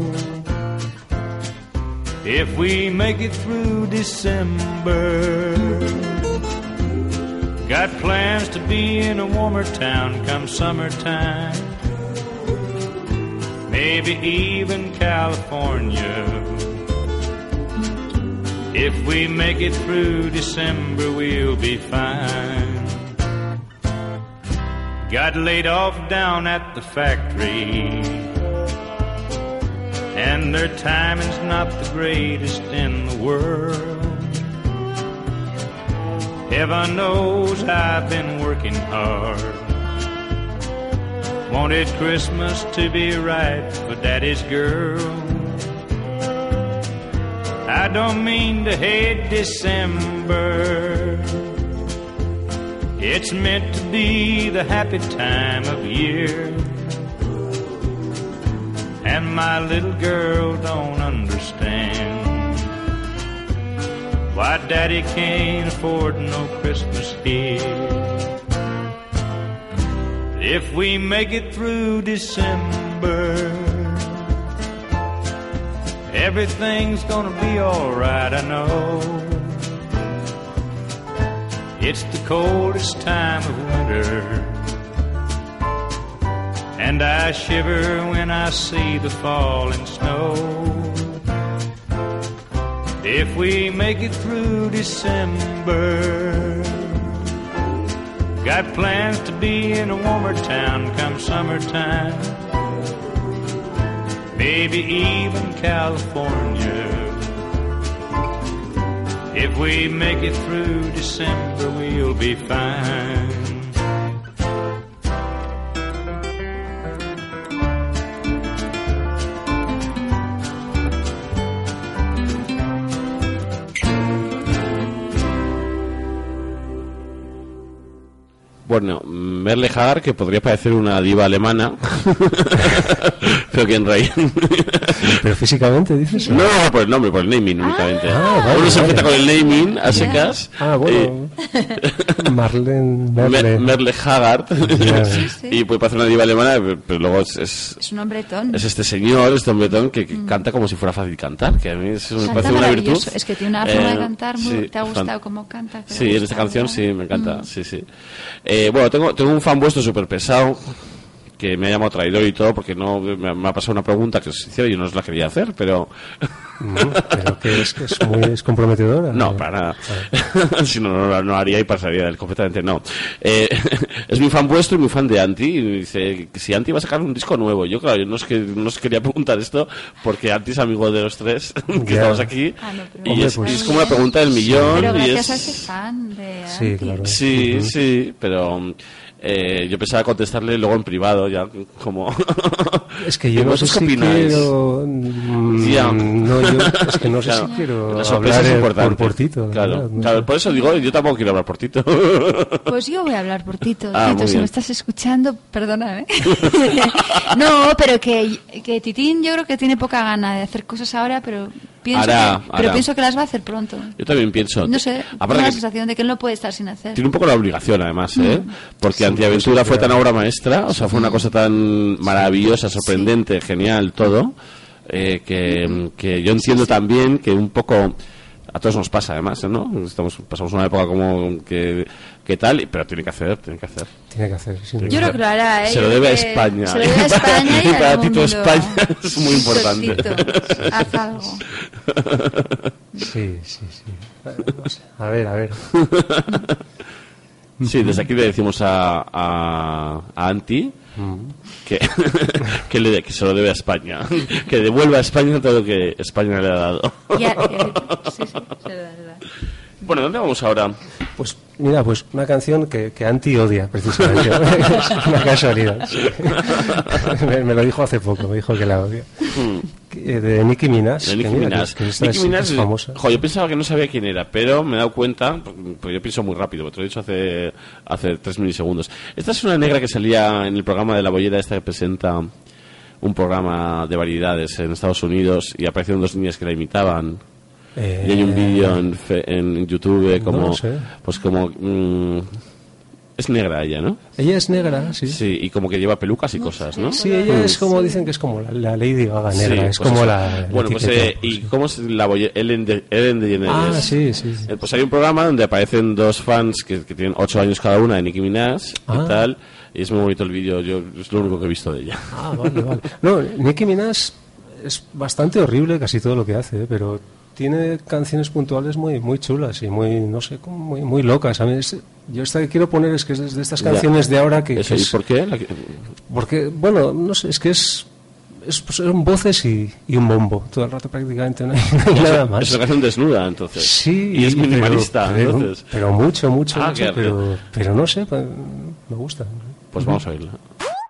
If we make it through December, got plans to be in a warmer town come summertime, maybe even California. If we make it through December, we'll be fine. Got laid off down at the factory, and their timing's not the greatest in the world. Heaven knows I've been working hard. Wanted Christmas to be right for Daddy's girl. I don't mean to hate December. It's meant to be the happy time of year. And my little girl don't understand why Daddy can't afford no Christmas here. If we make it through December, everything's gonna be alright, I know. It's the coldest time of winter, and I shiver when I see the falling snow. if we make it through December. Got plans to be in a warmer town come summertime. Maybe even California. If we make it through December, we'll be fine. Bueno, Merle Haggard, que podría parecer una diva alemana, pero que en realidad... ¿Pero físicamente dices? No, por el nombre, por el naming únicamente. Vale, uno se enfrenta vale. con el naming a secas. Bueno. Merle Haggard. Sí. Y puede parecer una diva alemana, pero luego es un hombretón. Es este señor, este hombretón, que canta como si fuera fácil cantar, que a mí eso me parece una virtud. Es que tiene una forma de cantar muy... Sí, ¿Te ha gustado cómo canta? Sí, en esta canción sí, me encanta. Sí. Bueno, tengo un fan vuestro súper pesado que me ha llamado traidor y todo porque no me ha pasado una pregunta que os hicieron y yo no os la quería hacer, pero... Pero que es muy comprometedora. No, para nada. Si no haría y pasaría del completamente, no. Es mi fan vuestro y mi fan de Anti. Y me dice que si Anti va a sacar un disco nuevo. Yo, claro, yo no os quería preguntar esto porque Anti es amigo de los tres que estamos aquí. Y es como una pregunta del millón. Pero y gracias a ese fan de Anti. Sí, claro. Sí, pero... yo pensaba contestarle luego en privado ya como es que yo no sé si quiero es que no sé si quiero hablar por Tito, claro, por eso digo, yo tampoco quiero hablar por Tito. Pues yo voy a hablar por Tito. Muy Tito, si bien. me estás escuchando, perdóname. No, pero que Titín yo creo que tiene poca gana de hacer cosas ahora, pero pienso que las va a hacer pronto. Yo también pienso. No sé, tengo la sensación de que él no puede estar sin hacer. Tiene un poco la obligación, además, porque Antiaventura fue tan obra maestra, o sea, fue una cosa tan maravillosa, sorprendente, genial, todo, que yo entiendo también que un poco a todos nos pasa, además, ¿no? Pasamos una época como que tal, pero tiene que hacer. Yo creo que lo hará, Se lo debe a España. Se lo debe a España y para al Tito mundo. España es muy importante. Tito, haz algo. Sí. A ver. Sí, desde aquí le decimos a Anti que se lo debe a España, que devuelva a España todo lo que España le ha dado. Sí, es verdad. Bueno, ¿dónde vamos ahora? Pues mira, una canción que Anti odia, precisamente. Es una casualidad. Sí. Me lo dijo hace poco, me dijo que la odia. De Nicki Minaj. Nicki Minaj es famosa. Yo pensaba que no sabía quién era, pero me he dado cuenta, porque yo pienso muy rápido, porque te lo he dicho hace 3 milisegundos. Esta es una negra que salía en el programa de La Bollera, esta que presenta un programa de variedades en Estados Unidos, y aparecieron 2 niñas que la imitaban. Y hay un vídeo en YouTube como... No sé. Pues como... es negra ella, ¿no? Ella es negra, sí. Sí, y como que lleva pelucas y cosas, ¿no? Sí, ella es como, dicen que es como la Lady Gaga negra, Sí, es pues como eso. la Bueno, pues etiqueta, ¿y cómo es la Ellen DeGeneres? Ah, sí. Pues hay un programa donde aparecen 2 fans que tienen 8 años cada una de Nicki Minaj y tal, y es muy bonito el vídeo, yo es lo único que he visto de ella. Ah, vale. No, Nicki Minaj es bastante horrible casi todo lo que hace, pero tiene canciones puntuales muy chulas y muy, no sé, como muy locas. A mí yo esta que quiero poner es que es de estas canciones de ahora que... ¿Eso? ¿Y por qué? Porque, bueno, no sé, es que son voces y un bombo todo el rato prácticamente, no hay nada más. Es una canción desnuda, entonces. Sí. Y es minimalista, entonces. Pero mucho, qué pero no sé, me gusta. Pues vamos a oírla.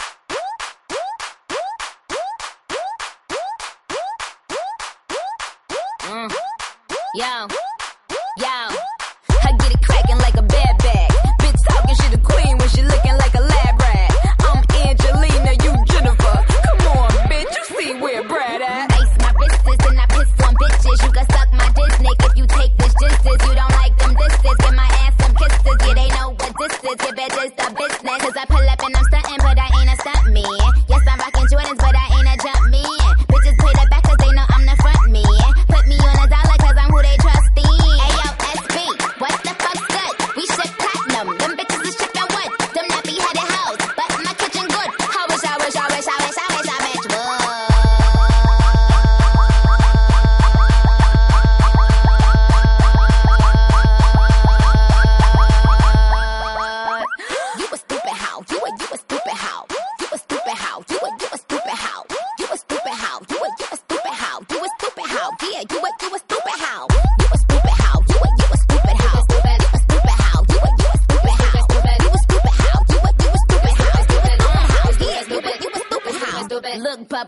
Yo, I get it cracking like a bad bag. Bitch talking shit a queen when she looking like a lab rat. I'm Angelina, you Jennifer. Come on, bitch, you see where Brad at? Ice my wrists and I piss on bitches. You can suck my dick if you take this distance. You don't like them disses, give my ass some kisses. Yeah, they know what this is. Your bitch is the business. Cause I pull up and I'm stunting, but I ain't a stunt man. Yes, I'm rocking Jordans, but I ain't a jump man. Bitches pay the back cause they know I'm the front man. Put me on $1 cause I'm who they trust.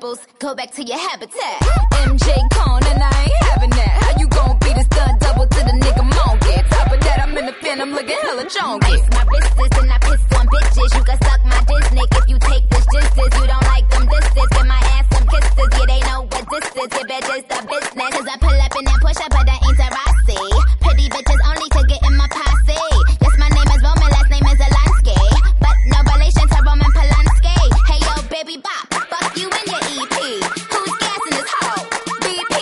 pebbles. Go back to your habitat. MJ Con and I ain't having that. How you gon' be the stunt double to the nigga monkey? Top of that, I'm in the phantom looking hella chonky. Ice my wrists and I piss on bitches. You can suck my Disney if you take this justice. You don't like them disses. Give my ass some kisses. Yeah, they know what this is. Your bitches the business. Cause I pull up in that push up, but I ain't Rossi. Pretty bitches only could get in my posse. Yes, my name is Roman, last name is Zelensky. But no relation to Roman Polanski. Hey yo, baby bop, fuck you and your EP. Who's gassing this hoe? BP?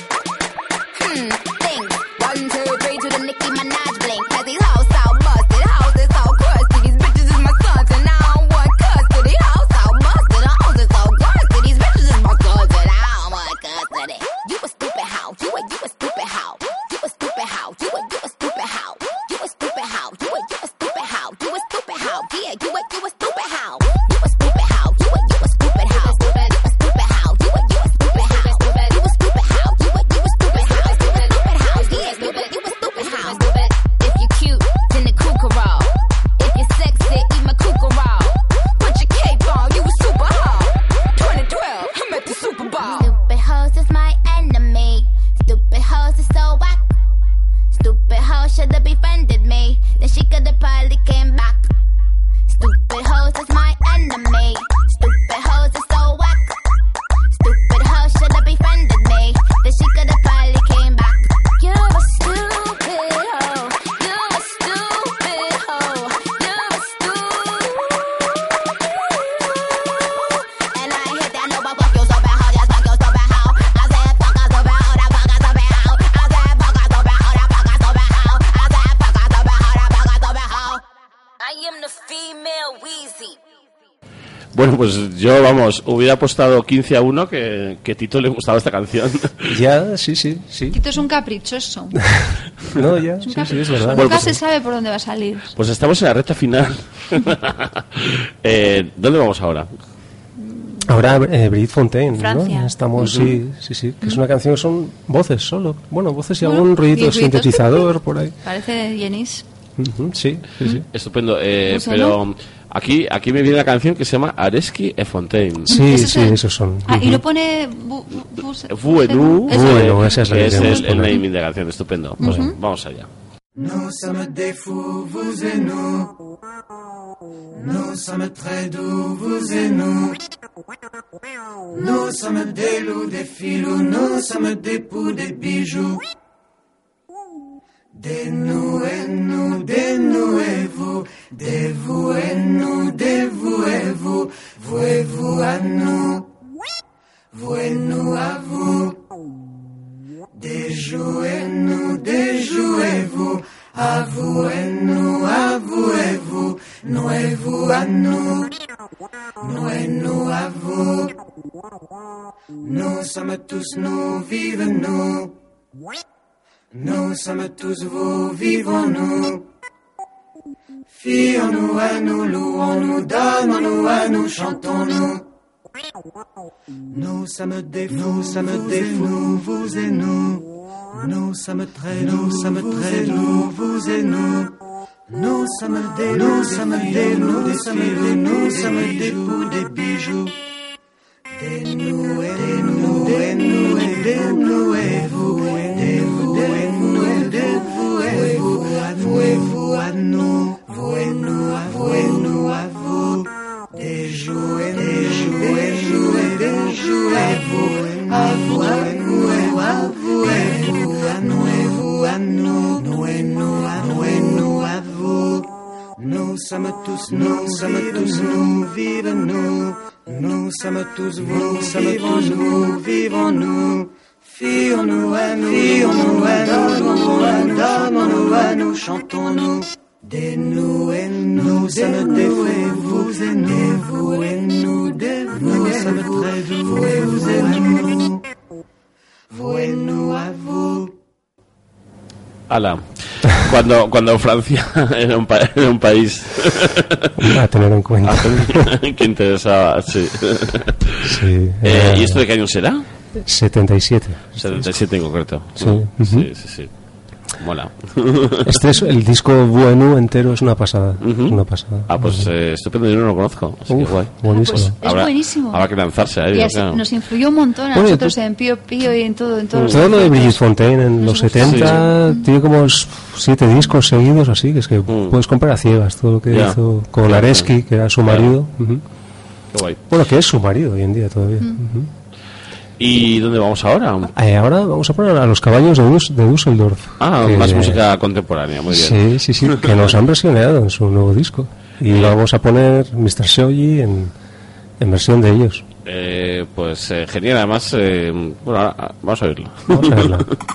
Think. 1, 2, 3 to the Nicki Minaj blink. Cause these hoes so busted, hoes is so crusty. These bitches is my sons and I don't want custody. Hoes so busted, hoes is so crusty. These bitches is my sons and I don't want custody. You a stupid hoe, you a stupid hoe. You a stupid hoe, you a stupid hoe. You a stupid hoe, you a stupid hoe. You a stupid hoe, yeah, you a stupid hoe. You a stupid hoe, you a stupid hoe. You a stupid hoe, you a stupid hoe. You a stupid hoe, you a stupid hoe. Stupid hoe, yeah, you a stupid hoe. If you cute, then the kookaroo. If you're sexy, eat my kookaroo. Put your cape on, you a super hoe. 2012, I'm at the Super Bowl. Stupid hoes is my enemy. Stupid hoes is so whack. Stupid hoe should've befriended me. Then she could've probably came back. Stupid hoes is my enemy. Stupid hoes is so whack. Stupid hoe should've befriended me. Then she could've probably came back. You're a stupid hoe. You're a stupid hoe. You're a And I ain't hit that no, but fuck you so bad, hoe. Just fuck you so bad, hoe. I said fuck her so bad, hoe. That fuck her so bad, hoe. I said fuck her so bad, hoe. That fuck her so bad, hoe. I said fuck her so bad, hoe. That fuck her so bad, hoe. I am the female Weezy. Bueno, pues yo, vamos, hubiera apostado 15-1 que Tito le gustaba esta canción. Ya, sí. Tito es un caprichoso. No, ya, Es un sí, es caprichoso. verdad. Nunca Bueno, se sabe por dónde va a salir. Pues estamos en la recta final. ¿Dónde vamos ahora? Ahora Brigitte Fontaine, Francia. ¿no? Estamos, Ujú. sí, que es una canción que son voces solo. Bueno, voces y Bueno, algún ruidito y ruiditos. sintetizador por ahí. Parece Jenis. Ujú, sí. Estupendo. Pues, Pero aquí me viene la canción que se llama Areski et Fontaine. Sí, ¿Ese es el- esos son. Ah, y Ujú. lo pone... Vuenu, Bueno, esa es la que es queremos el poner. naming de la canción. Estupendo. Pues Ujú. vamos allá. Nous sommes des fous, vous et nous. Nous sommes très doux, vous et nous. Nous sommes des loups, des filous, nous sommes des poux, des bijoux. Des nous et nous, des nous et vous. Des vous et nous, des vous et vous. Vous et vous à nous. Vous et nous à vous. Des jouez-nous, déjouez-vous, à vous et nous à vous et vous, nous et vous à nous, nous et nous à vous. Nous sommes tous nous, vive-nous. Nous sommes tous vous, vivons-nous. Fions-nous à nous, louons-nous, donnons-nous à nous, chantons-nous. Nous sommes des fous, vous et nous. Nous sommes très doux, vous et nous. Nous sommes des loups, nous sommes des poux, des bijoux. Des nous et des nous, des nous et des nous et vous. Des vous et nous et des vous et vous. Vous et vous à nous, vous et nous à vous et nous à vous. Des jouets, des jouets, des jouets, vous, à vous, à vous, à vous, et vous, à nous, et vous, à nous, nous et nous, à nous et nous, à vous. Nous sommes tous nous, vive-nous. Nous sommes tous vous, vivons-nous. Fions-nous à nous, donnons-nous à nous, chantons-nous. Des nous et nous sommes des vous et nous, vous et nous, des vous et sommes très doux, vous et nous, vous et nous à vous. Ala, cuando Francia era un país A tener en cuenta. que interesaba, sí. Sí, ¿Y esto de qué año será? 77. 77 en concreto. Sí. Sí. mola. Este es el disco bueno entero, es una pasada. Una pasada. Ah, pues estupendo, yo no lo conozco. Así que guay. Buenísimo. Pues es buenísimo. Habrá que lanzarse a Y ello, así claro. nos influyó un montón a Bueno, nosotros en Pío Pío y en todo. En todos Todo los lo de conceptos. Brigitte Fontaine en los 70 tiene como 7 discos seguidos así, que es que puedes comprar a ciegas todo lo que Ya. hizo con Areski, que era su marido. Ujú. Qué guay. Bueno, que es su marido hoy en día todavía. Ujú. ¿Y dónde vamos ahora? Ahora vamos a poner a los caballos de Düsseldorf. Ah, que- más música contemporánea, muy bien. Sí, que nos han versionado en su nuevo disco. Y vamos a poner Mr. Shoji en versión de ellos. Pues genial, además, bueno, ahora, vamos a oírlo. Vamos a verla.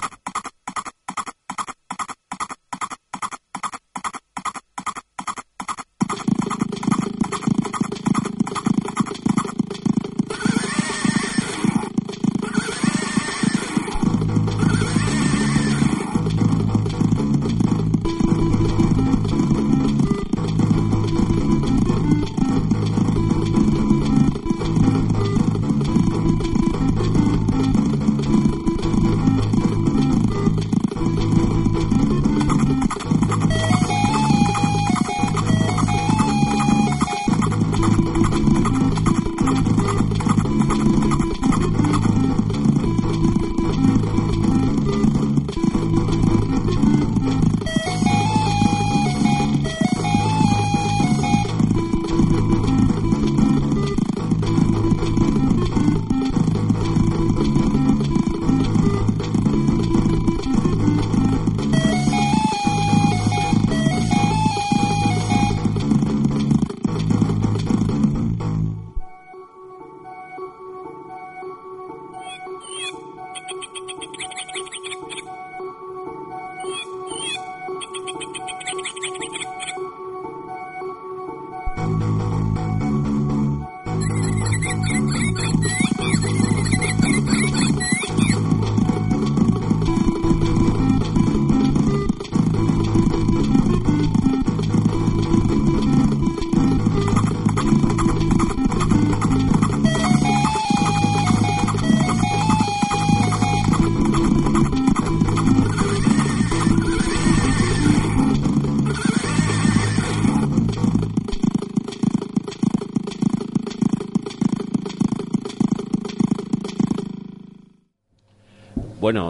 Bueno,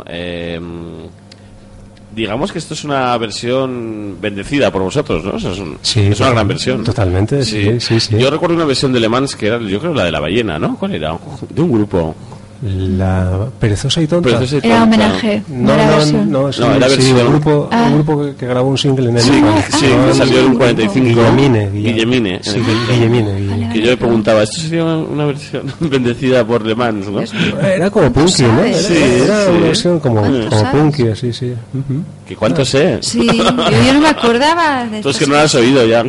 digamos que esto es una versión bendecida por vosotros, ¿no? O sea, es una gran versión. Totalmente, sí. Yo recuerdo una versión de Le Mans que era, yo creo, la de La Ballena, ¿no? ¿Cuál era? De un grupo. La Perezosa y Tonta. Perezosa y Era Tonta. homenaje. No, era no, versión. no, sí, No, era sí, versión. un grupo, Ah. un grupo que grabó un single en el Sí, sí, No, que salió en el sí, 45. Guillemine. Sí, Guillemine. Que yo me preguntaba, ¿esto sería una versión bendecida por Le Mans, no? Era como punky, ¿no? Sí, Era sí. una versión como ¿Cuánto punky, así, sí. Ujú. ¿Que cuánto sé? Sí, yo no me acordaba de Tú es estas que no lo has cosas. oído ya.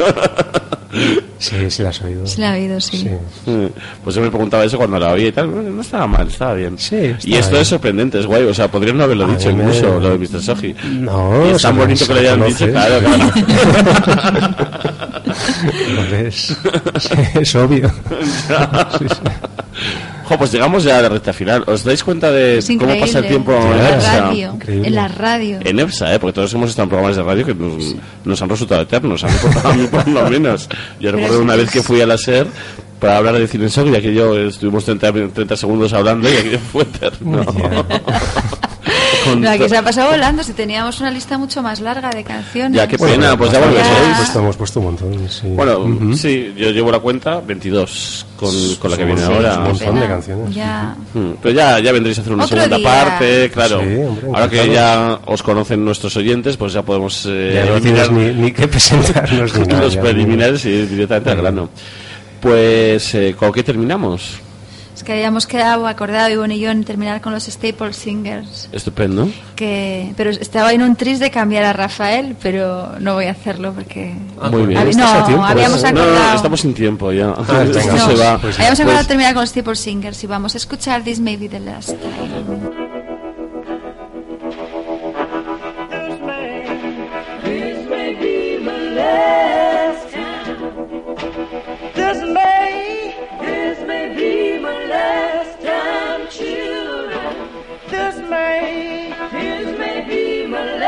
Sí, la has oído. Sí, la he oído, sí. Pues yo me preguntaba eso cuando la oía y tal. No estaba mal, estaba bien. Sí, y estaba esto bien. es sorprendente, es guay. O sea, podrían no haberlo A dicho mí me- incluso, lo de Mr. Soji. No, Y es tan se bonito se que lo hayan dicho, conoce. claro. Pues es obvio. Sí, sí. Jo, pues llegamos ya a la recta final. ¿Os dais cuenta de Es cómo increíble. pasa el tiempo En en la EPSA? radio. Increíble. En la radio. En EPSA, porque todos hemos estado en programas de radio que nos han resultado eternos, a mí por lo menos. Yo recuerdo sí una que vez que es- fui a la SER para hablar de cine en shock y aquello estuvimos 30 segundos hablando y aquello fue eterno. Con No, aquí to- se ha pasado volando. Si teníamos una lista mucho más larga de canciones. Ya, qué pena, pues ya Ya. volveréis. Pues hemos puesto un montón, sí. Bueno, Ujú. sí, yo llevo la cuenta 22 con la que viene Sí, ahora. un montón Pena. de canciones. Ya. Pero ya vendréis a hacer una Otro segunda día. parte, claro. Sí, hombre, Ahora que encantado. ya os conocen nuestros oyentes, pues ya podemos Ya no tienes ni que presentarnos ni nada. los ya. preliminares y ir directamente al grano. Pues, ¿con qué terminamos? Es que habíamos quedado acordado, Ivonne y yo, en terminar con los Staple Singers. Estupendo. Pero estaba en un tris de cambiar a Rafael, pero no voy a hacerlo porque... Muy bien. No, ¿Estás a tiempo? habíamos No, acordado... estamos sin tiempo ya. venga. Esto No, se va. pues habíamos acordado Pues, terminar con los Staple Singers y vamos a escuchar This May Be the Last Time. This may be my last time. This may be my last time, children. This may be my last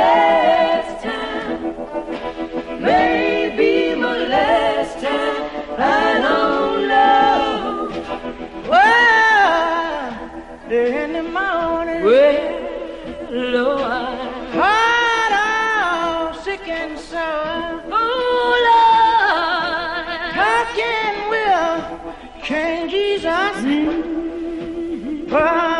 train, Jesus. But